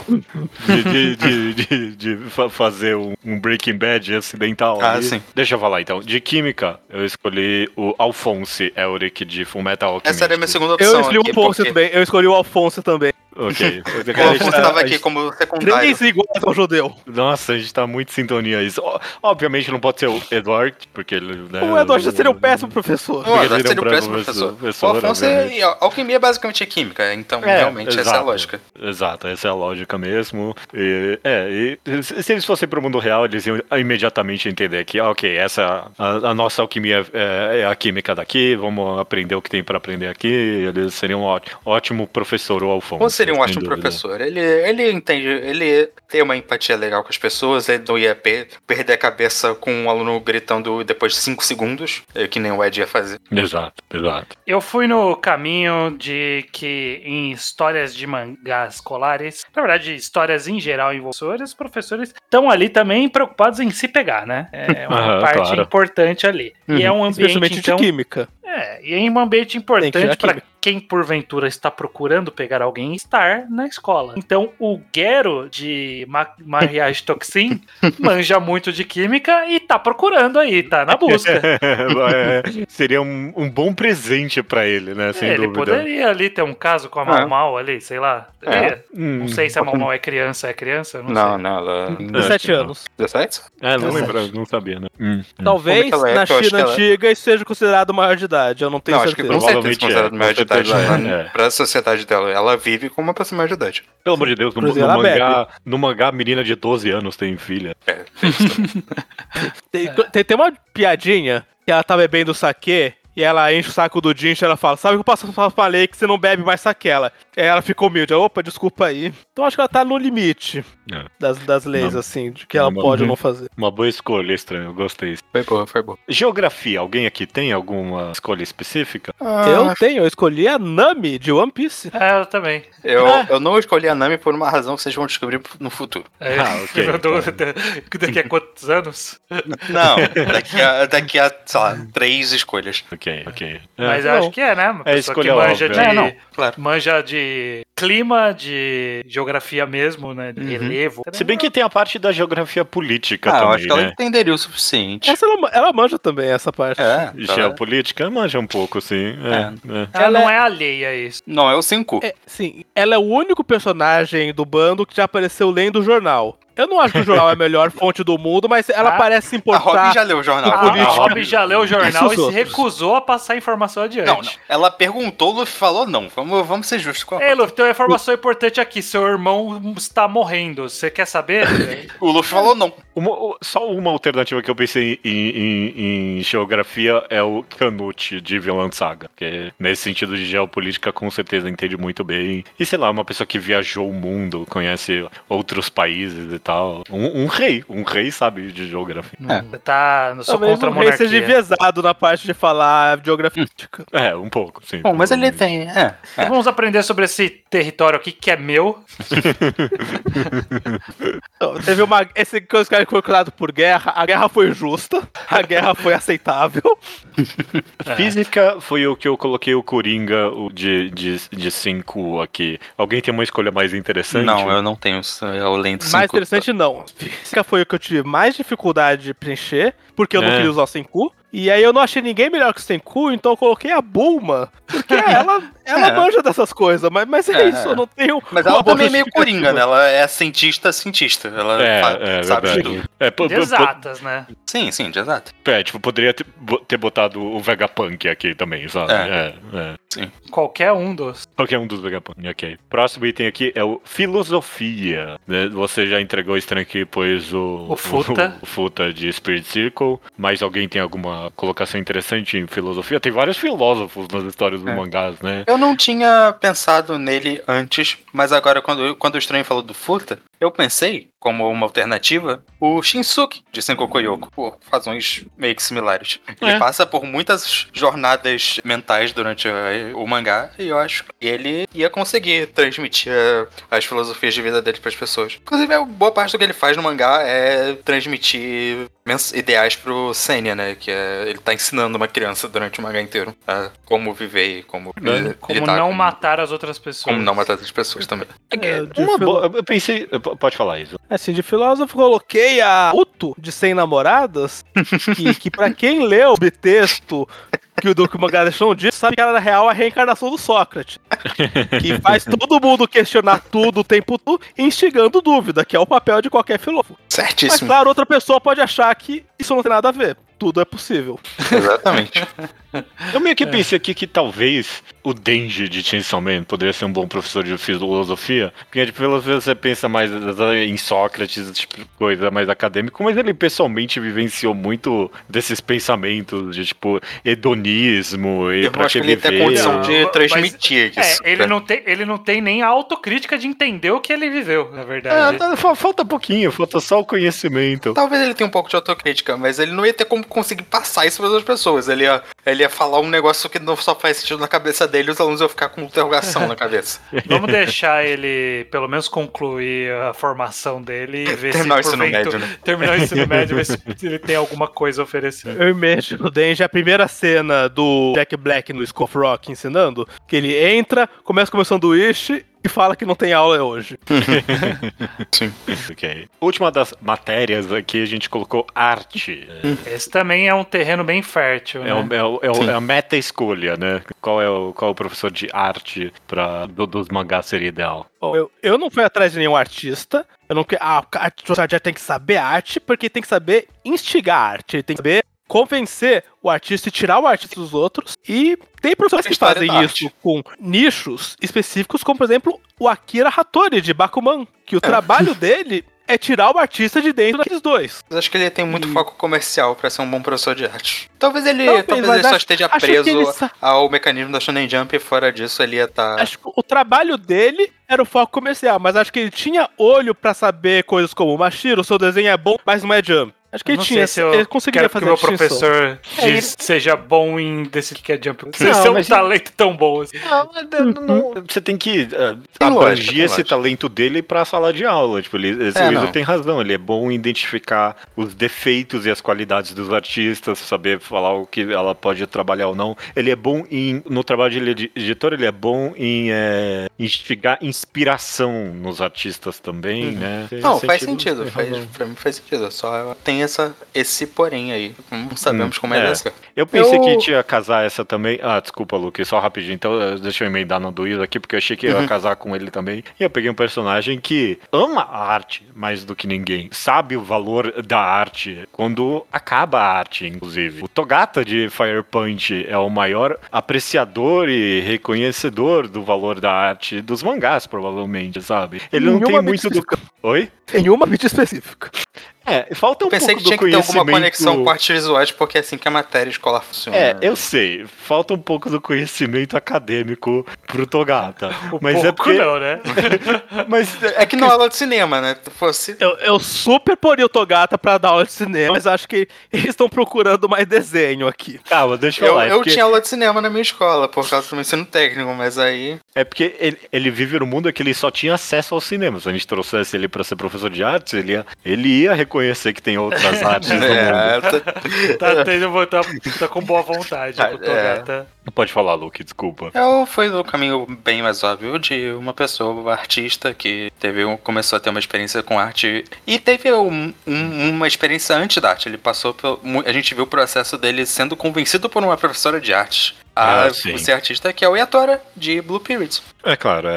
de fazer um Breaking Bad acidental. Ah, sim. Deixa eu falar então. De química, eu escolhi o Alphonse Elric de Fullmetal Alchemist. Essa era a minha segunda opção. Eu escolhi o Alphonse também. Eu escolhi o Alphonse também. Ok. O Alphonse tava aqui como secundário. 3 iguais ao judeu. Nossa, a gente tá muito em sintonia isso. Obviamente não pode ser o Edward, porque ele... Né, O Edward já seria um péssimo professor. O Edward seria um péssimo professor. O Alphonse alquimia é basicamente química, então realmente essa é a lógica. Exato, essa é a lógica mesmo. E se eles fossem pro mundo real, eles iam imediatamente entender que, ok, essa a nossa alquimia é a química daqui, vamos aprender o que tem pra aprender aqui. Eles seriam um ótimo professor, o Alphonse. Ou seria um ótimo professor. Ele entende, ele tem uma empatia legal com as pessoas, ele não ia perder a cabeça com um aluno gritando depois de 5 segundos, que nem o Ed ia fazer. Exato. Eu fui no caminho de que em histórias de mangás escolares, na verdade, histórias em geral envolvedoras, os professores estão ali também preocupados em se pegar, né? É uma parte importante ali. E é um ambiente, especialmente então, de química. E é um ambiente importante para quem porventura está procurando pegar alguém estar na escola. Então, o Gero de Mariage Toxin manja muito de química e tá procurando aí, tá na busca. Seria um bom presente pra ele, né? Sem dúvida. Ele poderia ali ter um caso com a Mal ali, sei lá. Não sei se a Mal é criança, não sei. Não, ela... 17 anos. 17? Não lembro, não sabia, né? Talvez na China antiga isso seja considerado maior de idade, eu não tenho certeza. Acho que com certeza considerado maior de idade pra sociedade dela. Ela vive como uma pessoa maior de idade. Pelo amor de Deus, no mangá, a menina de 12 anos tem filha. Tem uma piadinha que ela tá bebendo saquê e ela enche o saco do Jinx e ela fala, sabe que eu falei que você não bebe mais saquela. Ela ficou humilde, opa, desculpa aí. Então acho que ela tá no limite das leis, assim, de que ela pode ou não fazer. Uma boa escolha, estranho, eu gostei. Foi boa. Geografia, alguém aqui tem alguma escolha específica? Eu escolhi a Nami de One Piece. Eu também. Eu não escolhi a Nami por uma razão que vocês vão descobrir no futuro. Ok. Daqui a quantos anos? Não, daqui a, sei lá, 3 escolhas. Ok. Mas eu acho que né? Uma pessoa que manja manja de clima, de geografia mesmo, né? De relevo. Se bem que tem a parte da geografia política também, eu acho que ela entenderia o suficiente. Essa ela manja também, essa parte. Geopolítica manja um pouco, sim. Ela não é alheia a isso. Não, é o 5. Sim, ela é o único personagem do bando que já apareceu lendo o jornal. Eu não acho que o jornal é a melhor fonte do mundo, mas ela parece se importar. A Robin já leu o jornal. A Robin já leu o jornal e se recusou a passar a informação adiante. Não. Ela perguntou, o Luffy falou não. Vamos ser justos com a Ei, Luffy, tem uma informação importante aqui. Seu irmão está morrendo. Você quer saber? O Luffy falou não. Só uma alternativa que eu pensei em geografia é o Canute de Vinland Saga. Que nesse sentido de geopolítica, com certeza entende muito bem. E sei lá, uma pessoa que viajou o mundo, conhece outros países e tal. Um rei sabe de geografia. Você tá no seu contra contra a monarquia. Talvez seja enviesado na parte de falar geografia. Um pouco, sim. Bom, mas ele tem... Vamos aprender sobre esse território aqui que é meu. Teve esse que foi calculado por guerra. A guerra foi justa. A guerra foi aceitável. Física foi o que eu coloquei o Coringa de 5 aqui. Alguém tem uma escolha mais interessante? Não, eu não tenho. Eu lento 5. Mais interessante não. Física foi o que eu tive mais dificuldade de preencher, porque eu não queria usar o 5. E aí eu não achei ninguém melhor que o Senku, então eu coloquei a Bulma. Porque ela manja dessas coisas, mas é isso, eu não tenho... Mas ela também é meio coringa, né? Ela é cientista. Ela sabe de tudo. De exatas, né? Sim, de exato. Tipo, poderia ter botado o Vegapunk aqui também, sabe? Sim. Qualquer um dos. Qualquer um dos Vegapunk, ok. Próximo item aqui é o Filosofia. Né? Você já entregou o estranho aqui, pois o Futa. O Futa de Spirit Circle. Mas alguém tem alguma colocação interessante em filosofia? Tem vários filósofos nas histórias dos mangás, né? Eu não tinha pensado nele antes, mas agora quando o estranho falou do Futa, eu pensei, como uma alternativa, o Shinsuke de Sengoku Yoko, por razões meio que similares. Ele passa por muitas jornadas mentais durante o mangá, e eu acho que ele ia conseguir transmitir as filosofias de vida dele para as pessoas. Inclusive, a boa parte do que ele faz no mangá é transmitir ideais pro Senya, né? Que ele tá ensinando uma criança durante o mangá inteiro a como viver e como não matar as outras pessoas. Como não matar as pessoas também. Eu pensei... Pode falar isso. Assim, de filósofo, coloquei a Uto de 100 Namoradas, que pra quem leu o texto que o mangá deixou disso, sabe que ela, na real, é a reencarnação do Sócrates. Que faz todo mundo questionar tudo o tempo todo, instigando dúvida, que é o papel de qualquer filósofo. Certíssimo. Mas, claro, outra pessoa pode achar que isso não tem nada a ver. Tudo é possível. Exatamente. Eu meio que pensei aqui que talvez o Denji de Chainsaw Man poderia ser um bom professor de filosofia, porque de filosofia você pensa mais em Sócrates, tipo coisa mais acadêmica, mas ele pessoalmente vivenciou muito desses pensamentos de tipo hedonismo e pra que ele tem condição de transmitir isso. Ele não tem nem a autocrítica de entender o que ele viveu, na verdade. Falta pouquinho, falta só o conhecimento. Talvez ele tenha um pouco de autocrítica, mas ele não ia ter como conseguir passar isso para outras pessoas. Ele ia falar um negócio que não só faz sentido na cabeça dele e os alunos iam ficar com interrogação na cabeça. Vamos deixar ele, pelo menos, concluir a formação dele e ver terminar o ensino médio, né? Terminar o ensino médio e ver se ele tem alguma coisa a oferecer. Eu imagino o Denji, a primeira cena do Jack Black no School of Rock ensinando, que ele entra, começa com o sanduíche e fala que não tem aula hoje. Sim. Okay. Última das matérias aqui, a gente colocou arte. Esse também é um terreno bem fértil, né? É a meta-escolha, né? Qual é o professor de arte dos mangás seria ideal? Bom, eu não fui atrás de nenhum artista. Eu não quero. O professor já tem que saber arte, porque tem que saber instigar a arte. Ele tem que saber convencer o artista e tirar o artista dos outros. E tem professores que fazem isso com nichos específicos, como, por exemplo, o Akira Hattori, de Bakuman, que o trabalho dele é tirar o artista de dentro daqueles dois. Eu acho que ele tem muito foco comercial pra ser um bom professor de arte. Talvez ele só esteja preso ao mecanismo da Shonen Jump e fora disso ele ia estar... Acho que o trabalho dele era o foco comercial, mas acho que ele tinha olho pra saber coisas como Mashiro, o seu desenho é bom, mas não é Jump. Acho que ele tinha, ele conseguiria fazer que o meu professor seja bom em decidir que é Jump. Você é um talento tão bom assim. Você tem que abranger esse talento dele pra sala de aula. Tipo, o Iso tem razão. Ele é bom em identificar os defeitos e as qualidades dos artistas, saber falar o que ela pode trabalhar ou não. Ele é bom no trabalho de editor, ele é bom em instigar inspiração nos artistas também, né? Não, faz sentido. Pra mim faz sentido. Só tem esse porém aí. Não sabemos como vai ser. Eu pensei que a gente ia casar essa também. Desculpa, Luke, só rapidinho. Então, deixa eu emendar no do Iso aqui, porque eu achei que eu ia casar com ele também. E eu peguei um personagem que ama a arte mais do que ninguém. Sabe o valor da arte quando acaba a arte, inclusive. O Togata de Fire Punch é o maior apreciador e reconhecedor do valor da arte dos mangás, provavelmente, sabe? Ele não tem muito do... Oi? Em uma mídia específica. Falta um pouco do conhecimento... Pensei que tinha que ter alguma conexão com artes visuais, porque é assim que a matéria escolar funciona. Eu sei. Falta um pouco do conhecimento acadêmico pro Togata. Mas não, né? Mas é que não é aula de cinema, né? Eu super poria o Togata pra dar aula de cinema, mas acho que eles estão procurando mais desenho aqui. Calma, deixa eu falar. Eu tinha aula de cinema na minha escola, por causa do meu ensino técnico, mas aí... É porque ele vive no mundo que ele só tinha acesso ao cinema. Se a gente trouxesse ele pra ser professor de artes, ele ia reconhecer reconhecer que tem outras artes no mundo. Tá com boa vontade. Pode falar, Luke, desculpa. Eu fui no caminho bem mais óbvio de uma pessoa, artista, que começou a ter uma experiência com arte e teve uma experiência antes da arte. Ele passou a gente viu o processo dele sendo convencido por uma professora de arte a ser artista, que é o Yatora, de Blue Periods. É claro,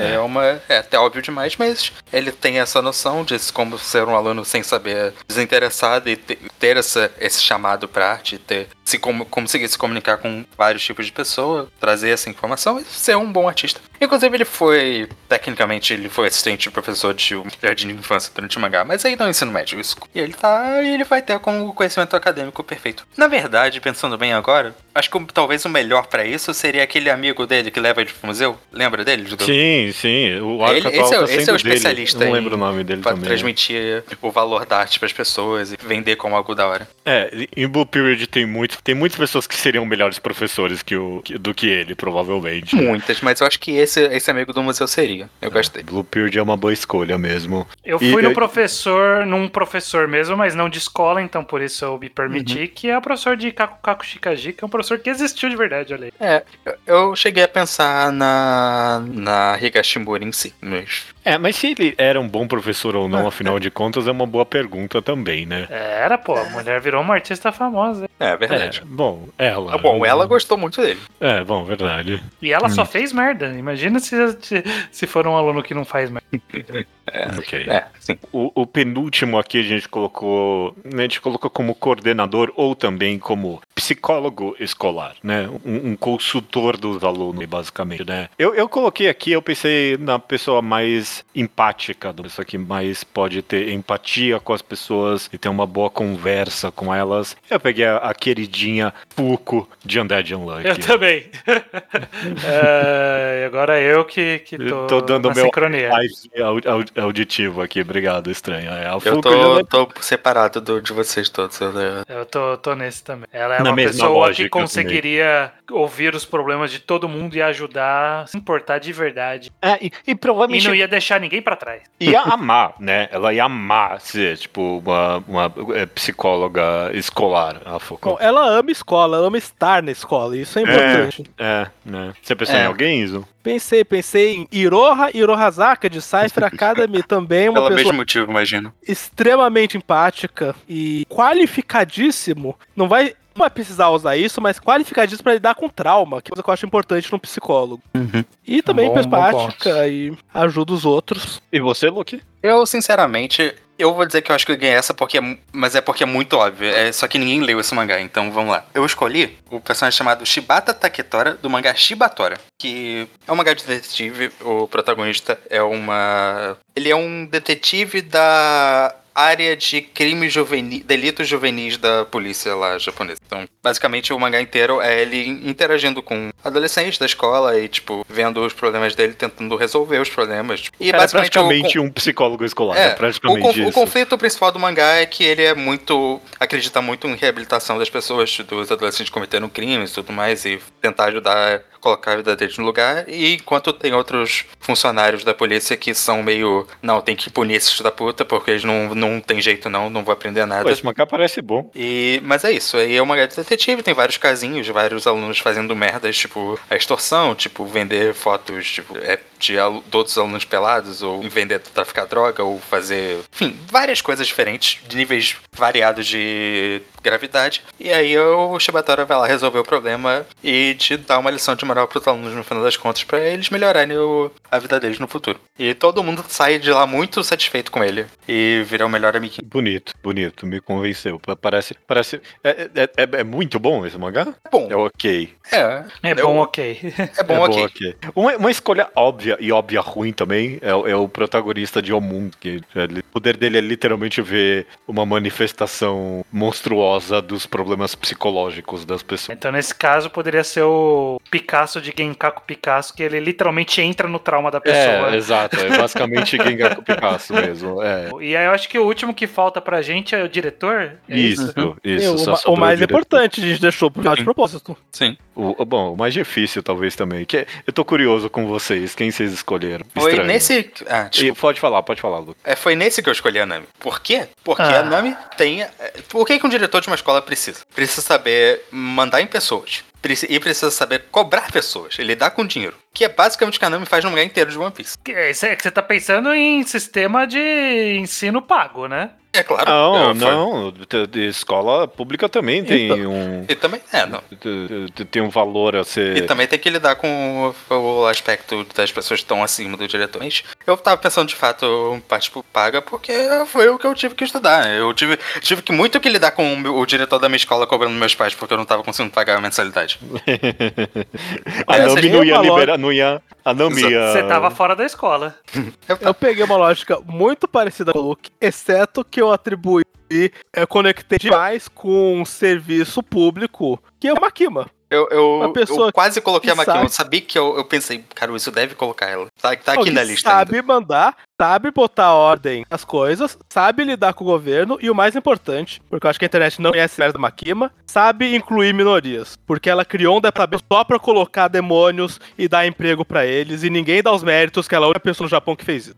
É até óbvio demais, mas ele tem essa noção de como ser um aluno sem saber, desinteressado e ter esse chamado pra arte, conseguir se comunicar com vários tipos de pessoas, trazer essa informação e ser um bom artista. Inclusive tecnicamente ele foi assistente de professor de jardim de infância durante o mangá, mas aí não é ensino médio isso. E ele vai ter com o conhecimento acadêmico perfeito. Na verdade, pensando bem agora, acho que talvez o melhor pra isso seria aquele amigo dele que leva ele pro museu. Lembra dele? Sim. O arco esse é o especialista dele. Não lembro o nome dele também. Pra transmitir o valor da arte pras pessoas e vender como algo da hora. Em Blue Period tem muitas pessoas que seriam melhores professores do que ele, provavelmente. Muitas, mas eu acho que esse amigo do museu seria. Eu gostei. Blue Period é uma boa escolha mesmo. Eu fui num professor mesmo, mas não de escola, então por isso eu me permiti, que é o professor de Kaku Shikaji, que é um professor que existiu de verdade, olha aí. Eu cheguei a pensar na Higashimura em si, mas se ele era um bom professor ou não, afinal de contas, é uma boa pergunta também, né? Era, pô, a mulher virou uma artista famosa. É verdade. Ela gostou muito dele. Verdade. E ela só fez merda. Imagina se for um aluno que não faz merda. Ok. Sim. O penúltimo aqui a gente colocou como coordenador ou também como psicólogo escolar, né? Um consultor dos alunos, basicamente, né? Eu coloquei aqui, eu pensei na pessoa mais empática, pessoa que mais pode ter empatia com as pessoas e ter uma boa conversa com elas. Eu peguei a queridinha Fuko de Undead Unlucky. Eu também. Agora eu que tô dando na meu sincronia. Auditivo aqui, obrigado, estranho. Eu tô separado de vocês todos. Eu tô nesse também. Ela é Na uma mesma pessoa lógica que conseguiria ouvir os problemas de todo mundo e ajudar, se importar de verdade. E provavelmente... E não ia deixar ninguém pra trás. Ia amar, né? Ela ia amar ser, tipo, uma psicóloga escolar. Bom, ela ama escola, ela ama estar na escola, isso é importante. Né? Você pensou em alguém, Iso? Pensei em Hirohazaka de Cypher Academy também, uma Pelo pessoa mesmo motivo, imagino. Extremamente empática e qualificadíssimo. Não vai precisar usar isso, mas qualificadíssimo pra lidar com trauma, que é uma coisa que eu acho importante num psicólogo. E também empática e ajuda os outros. E você, Luke? Eu, sinceramente, eu vou dizer que eu acho que eu ganhei essa porque é muito óbvio. Só que ninguém leu esse mangá, então vamos lá. Eu escolhi o personagem chamado Shibata Taketora, do mangá Shibatora, que é um mangá de detetive. O protagonista ele é um detetive da área de crimes delitos juvenis da polícia lá japonesa. Então, basicamente, o mangá inteiro é ele interagindo com adolescentes da escola e, tipo, vendo os problemas dele, tentando resolver os problemas. E basicamente praticamente um psicólogo escolar. É praticamente isso. O conflito principal do mangá é que ele acredita muito em reabilitação das pessoas, dos adolescentes que cometeram crimes e tudo mais, e tentar ajudar colocar a vida deles no lugar, e enquanto tem outros funcionários da polícia que são meio, não, tem que punir esses da puta, porque eles não tem jeito não vou aprender nada. Esse mangá parece bom. Mas é isso, aí é uma mangá de detetive, tem vários casinhos, vários alunos fazendo merdas, tipo, a extorsão, tipo, vender fotos, tipo, de todos os alunos pelados, ou vender, traficar droga, ou fazer, enfim, várias coisas diferentes, de níveis variados de gravidade. E aí o Shibatora vai lá resolver o problema e te dá uma lição de moral pros alunos no final das contas, pra eles melhorarem a vida deles no futuro. E todo mundo sai de lá muito satisfeito com ele e vira o melhor amiguinho. Bonito, me convenceu. Parece é muito bom esse mangá? É bom. É ok. É bom, ok. É bom, ok. Uma escolha óbvia e óbvia ruim também é o protagonista de Omum, que o poder dele é literalmente ver uma manifestação monstruosa dos problemas psicológicos das pessoas. Então, nesse caso, poderia ser o Picasso de Genkaku Picasso, que ele literalmente entra no trauma da pessoa. Exato. É basicamente Genkaku Picasso mesmo. E aí eu acho que o último que falta pra gente é o diretor. Isso. O mais importante a gente deixou pro de propósito. Sim. O mais difícil talvez também. Eu tô curioso com vocês. Quem vocês escolheram? Foi Estranho. nesse... Ah, E desculpa. pode falar, Lu. Foi nesse que eu escolhi a Nami. Por quê? Porque a Nami tem... Por que um diretor de uma escola precisa? Precisa saber mandar em pessoas. E precisa saber cobrar pessoas. Ele dá com dinheiro. Que é basicamente o que a Nami faz no lugar inteiro de One Piece. Isso é que você tá pensando em sistema de ensino pago, né? É claro. Não. De escola pública também tem um... E também... não. Tem um valor a ser... E também tem que lidar com o aspecto das pessoas que estão acima do diretor. Mas eu tava pensando, de fato, parte paga, porque foi o que eu tive que estudar. Eu tive que muito que lidar com o diretor da minha escola cobrando meus pais, porque eu não tava conseguindo pagar a mensalidade. A Nami não ia liberar, não ia... A Nami ia... Você tava fora da escola. Eu peguei uma lógica muito parecida com o Luke, exceto que eu atribuí, conectei demais com um serviço público, que é o Makima. Eu pessoa quase coloquei a que Makima. sabe. Eu sabia que eu pensei, cara, isso deve colocar ela. Tá aqui na lista. Sabe mandar, sabe botar ordem nas coisas, sabe lidar com o governo e o mais importante, porque eu acho que a internet não conhece a do Makima, sabe incluir minorias. Porque ela criou um database só pra colocar demônios e dar emprego pra eles, e ninguém dá os méritos que ela é a única pessoa no Japão que fez isso.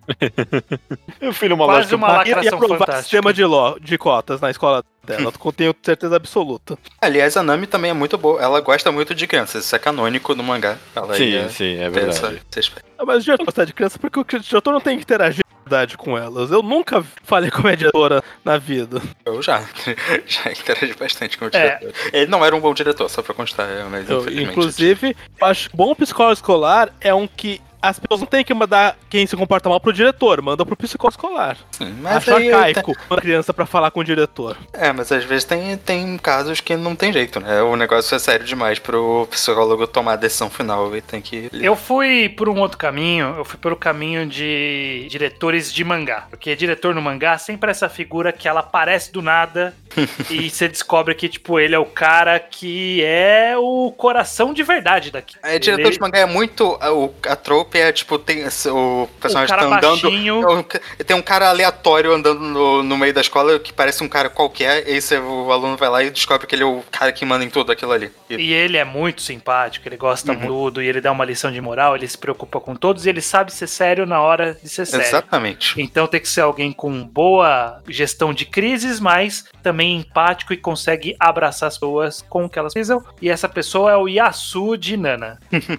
Eu filho uma Quase lógica... uma E lacração aprovar fantástica. sistema de cotas na escola dela, eu tenho certeza absoluta. Aliás, a Nami também é muito boa. Ela gosta muito de crianças. Isso é canônico no mangá. Ela Sim, é verdade. Mas o diretor gosta de criança porque o diretor não tem que interagir de verdade com elas. Eu nunca falei com a diretora na vida. Eu já interagi bastante com o diretor. Ele não era um bom diretor, só pra constar, mas infelizmente... Inclusive, eu acho que bom psicólogo escolar é um que as pessoas não têm que mandar quem se comporta mal pro diretor, manda pro psicólogo escolar. Sim, mas acho arcaico uma criança pra falar com o diretor. Mas às vezes tem casos que não tem jeito, né? O negócio é sério demais pro psicólogo tomar a decisão final e tem que... Eu fui por um outro caminho, eu fui pelo caminho de diretores de mangá. Porque diretor no mangá sempre é essa figura que ela aparece do nada e você descobre que, tipo, ele é o cara que é o coração de verdade daqui. Diretor de mangá é muito... A trope é, tipo, tem o personagem o cara tá andando... baixinho. Tem um cara aleatório andando no meio da escola que parece um cara qualquer, e aí o aluno vai lá e descobre que ele é o cara que manda em tudo aquilo ali. E ele é muito simpático, ele gosta muito de tudo, e ele dá uma lição de moral, ele se preocupa com todos, e ele sabe ser sério na hora de ser sério. Exatamente. Então tem que ser alguém com boa gestão de crises, mas também empático e consegue abraçar as pessoas com o que elas precisam. E essa pessoa é o Yasu de Nana.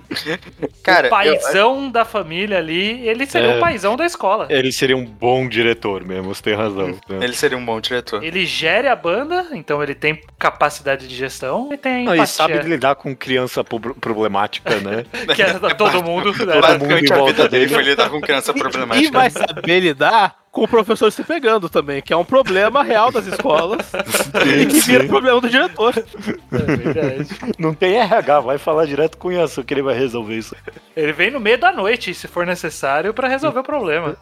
Cara, o paizão da família ali, ele seria o paizão da escola. Ele seria um bom diretor mesmo, você tem razão. Ele seria um bom diretor. Ele gere a banda, então ele tem capacidade de gestão e tem e sabe lidar com criança problemática, né? Que é todo mundo. Basicamente a vida dele dele. foi lidar com criança problemática. E vai saber lidar com o professor se pegando também, que é um problema real das escolas e que vira problema do diretor. É verdade. Não tem RH, vai falar direto com o Yasu que ele vai resolver isso. Ele vem no meio da noite, se for necessário, pra resolver o problema.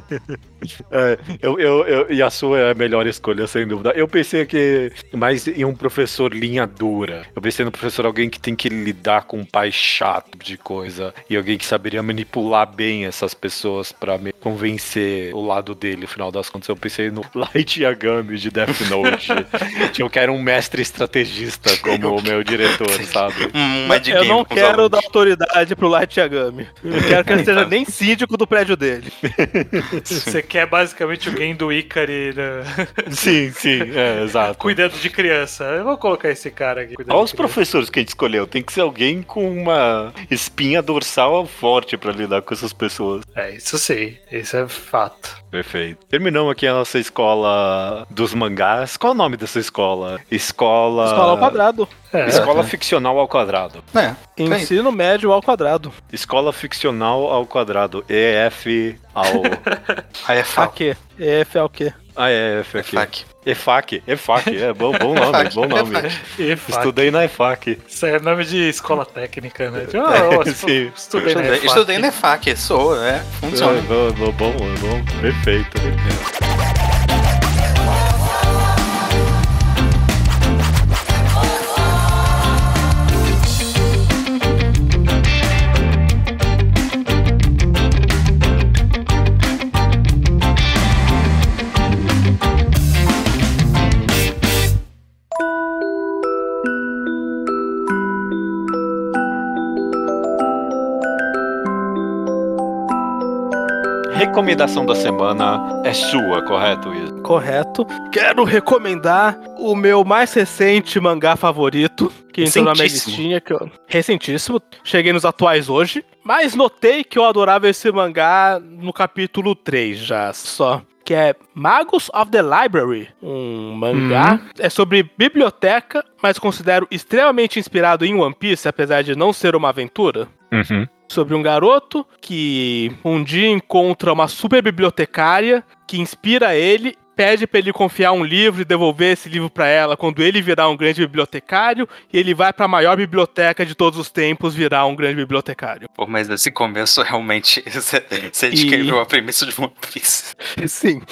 Yasu é a melhor escolha, sem dúvida. Eu pensei que mais em um professor linha dura. Eu pensei no professor alguém que tem que lidar com um pai chato de coisa e alguém que saberia manipular bem essas pessoas pra me convencer o lado dele, no final das contas. Eu pensei no Light Yagami de Death Note. Eu quero um mestre estrategista como o meu diretor, sabe? Eu não quero dar autoridade pro Light Yagami. Eu quero que ele seja nem síndico do prédio dele. Você quer basicamente o game do Ikari, né? Sim, exato. Cuidando de criança. Eu vou colocar esse cara aqui. Olha os professores que a gente escolheu. Tem que ser alguém com uma espinha dorsal forte pra lidar com essas pessoas. Isso sim. Isso é fato. Perfeito. Terminamos aqui a nossa escola dos mangás. Qual é o nome dessa escola? Escola ao quadrado. Escola ficcional ao quadrado. Ensino médio ao quadrado. Escola ficcional ao quadrado. EF ao... EF ao quê? EF aqui. EFAC, bom nome, bom nome. Estudei na EFAC. Isso é nome de escola técnica, né? Estudei na EFAC, funciona. Bom, perfeito. recomendação da semana é sua, correto, Isa? Correto. Quero recomendar o meu mais recente mangá favorito, que entrou na minha listinha, recentíssimo. Cheguei nos atuais hoje, mas notei que eu adorava esse mangá no capítulo 3 já, só. Que é Magos of the Library, um mangá. É sobre biblioteca, mas considero extremamente inspirado em One Piece, apesar de não ser uma aventura. Sobre um garoto que um dia encontra uma super bibliotecária que inspira ele, pede pra ele confiar um livro e devolver esse livro pra ela quando ele virar um grande bibliotecário, e ele vai pra maior biblioteca de todos os tempos virar um grande bibliotecário. Pô, mas esse começo realmente você descreveu a premissa de One Piece. Sim,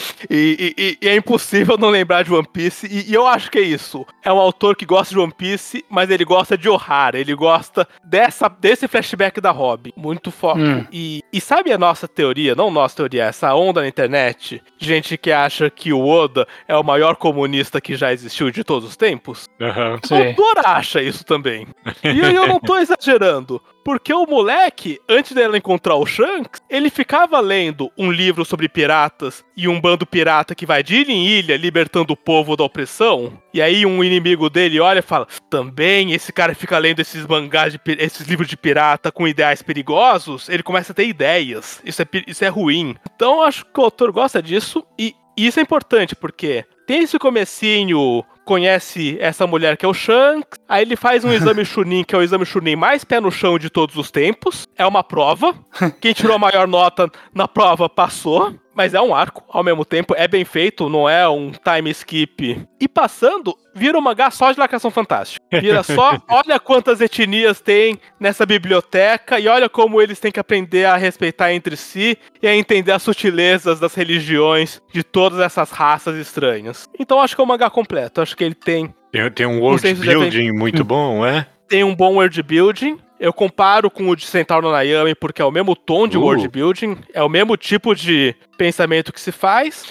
e é impossível não lembrar de One Piece, e eu acho que é isso. É um autor que gosta de One Piece, mas ele gosta de Ohara, ele gosta desse flashback da Robin, muito foco. E sabe a nossa teoria, não nossa teoria, essa onda na internet, de gente que acha que o Oda é o maior comunista que já existiu de todos os tempos? O autor acha isso também. E eu não tô exagerando. Porque o moleque, antes dela encontrar o Shanks, ele ficava lendo um livro sobre piratas e um bando pirata que vai de ilha em ilha libertando o povo da opressão. E aí um inimigo dele olha e fala, também esse cara fica lendo esses mangás, esses livros de pirata com ideais perigosos, ele começa a ter ideias. Isso é ruim. Então eu acho que o autor gosta disso e isso é importante porque tem esse comecinho, conhece essa mulher que é o Shanks, aí ele faz um exame Chunin, que é o exame Chunin mais pé no chão de todos os tempos, é uma prova, quem tirou a maior nota na prova passou, mas é um arco, ao mesmo tempo, é bem feito, não é um time skip. E passando, vira um mangá só de lacração fantástica. Vira só, olha quantas etnias tem nessa biblioteca e olha como eles têm que aprender a respeitar entre si e a entender as sutilezas das religiões de todas essas raças estranhas. Então acho que é um mangá completo, acho que ele tem... Tem um world building muito bom, é? Tem um bom world building. Eu comparo com o de Centauro no Nayami porque é o mesmo tom de world building, é o mesmo tipo de pensamento que se faz,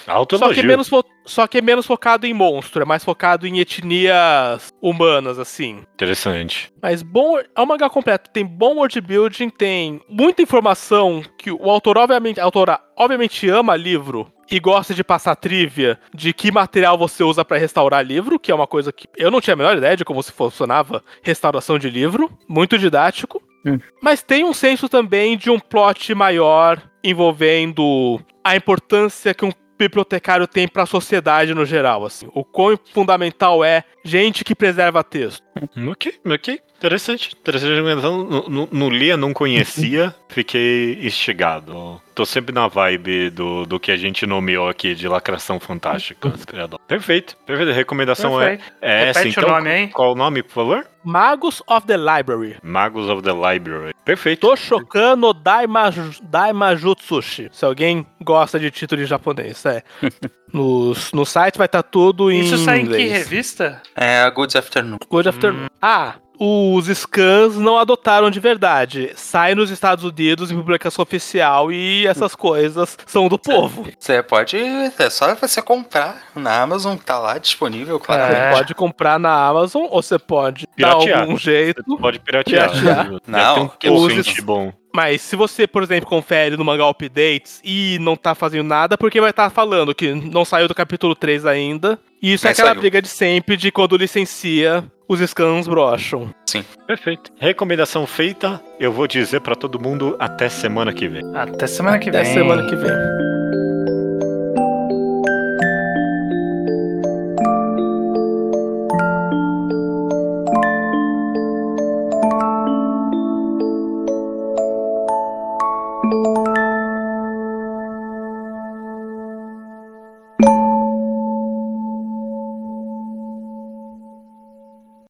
só que é menos focado em monstro, é mais focado em etnias humanas, assim. Interessante. Mas bom, é um mangá completo, tem bom world building, tem muita informação que o autor obviamente ama livro e gosta de passar trivia de que material você usa pra restaurar livro, que é uma coisa que eu não tinha a menor ideia de como se funcionava restauração de livro, muito didático. Mas tem um senso também de um plot maior envolvendo a importância que um bibliotecário tem pra sociedade no geral, assim. O quão fundamental é gente que preserva texto. Ok. Interessante. Não lia, não conhecia, fiquei instigado. Tô sempre na vibe do que a gente nomeou aqui de lacração fantástica. Perfeito. A recomendação é essa. Então, o nome, hein? Qual o nome, por favor? Magos of the Library. Magos of the Library. Perfeito. Toshokan no Daimajutsushi. Se alguém gosta de título em japonês, no site vai estar tudo em inglês. Isso sai em que revista? É a Good Afternoon. Good Afternoon. Os scans não adotaram de verdade. Sai nos Estados Unidos em publicação oficial e essas coisas são do povo. Você pode... É só você comprar na Amazon, tá lá disponível, claro. Você pode comprar na Amazon ou você pode piratear. dar algum jeito. Você pode piratear. Não, tem um cliente bom. Mas se você, por exemplo, confere no Mangá Updates e não tá fazendo nada, porque vai estar falando que não saiu do capítulo 3 ainda. E isso é aquela briga de sempre de quando licencia, os scans brocham. Sim. Perfeito. Recomendação feita, eu vou dizer pra todo mundo até semana que vem. Até semana que vem. Até semana que vem.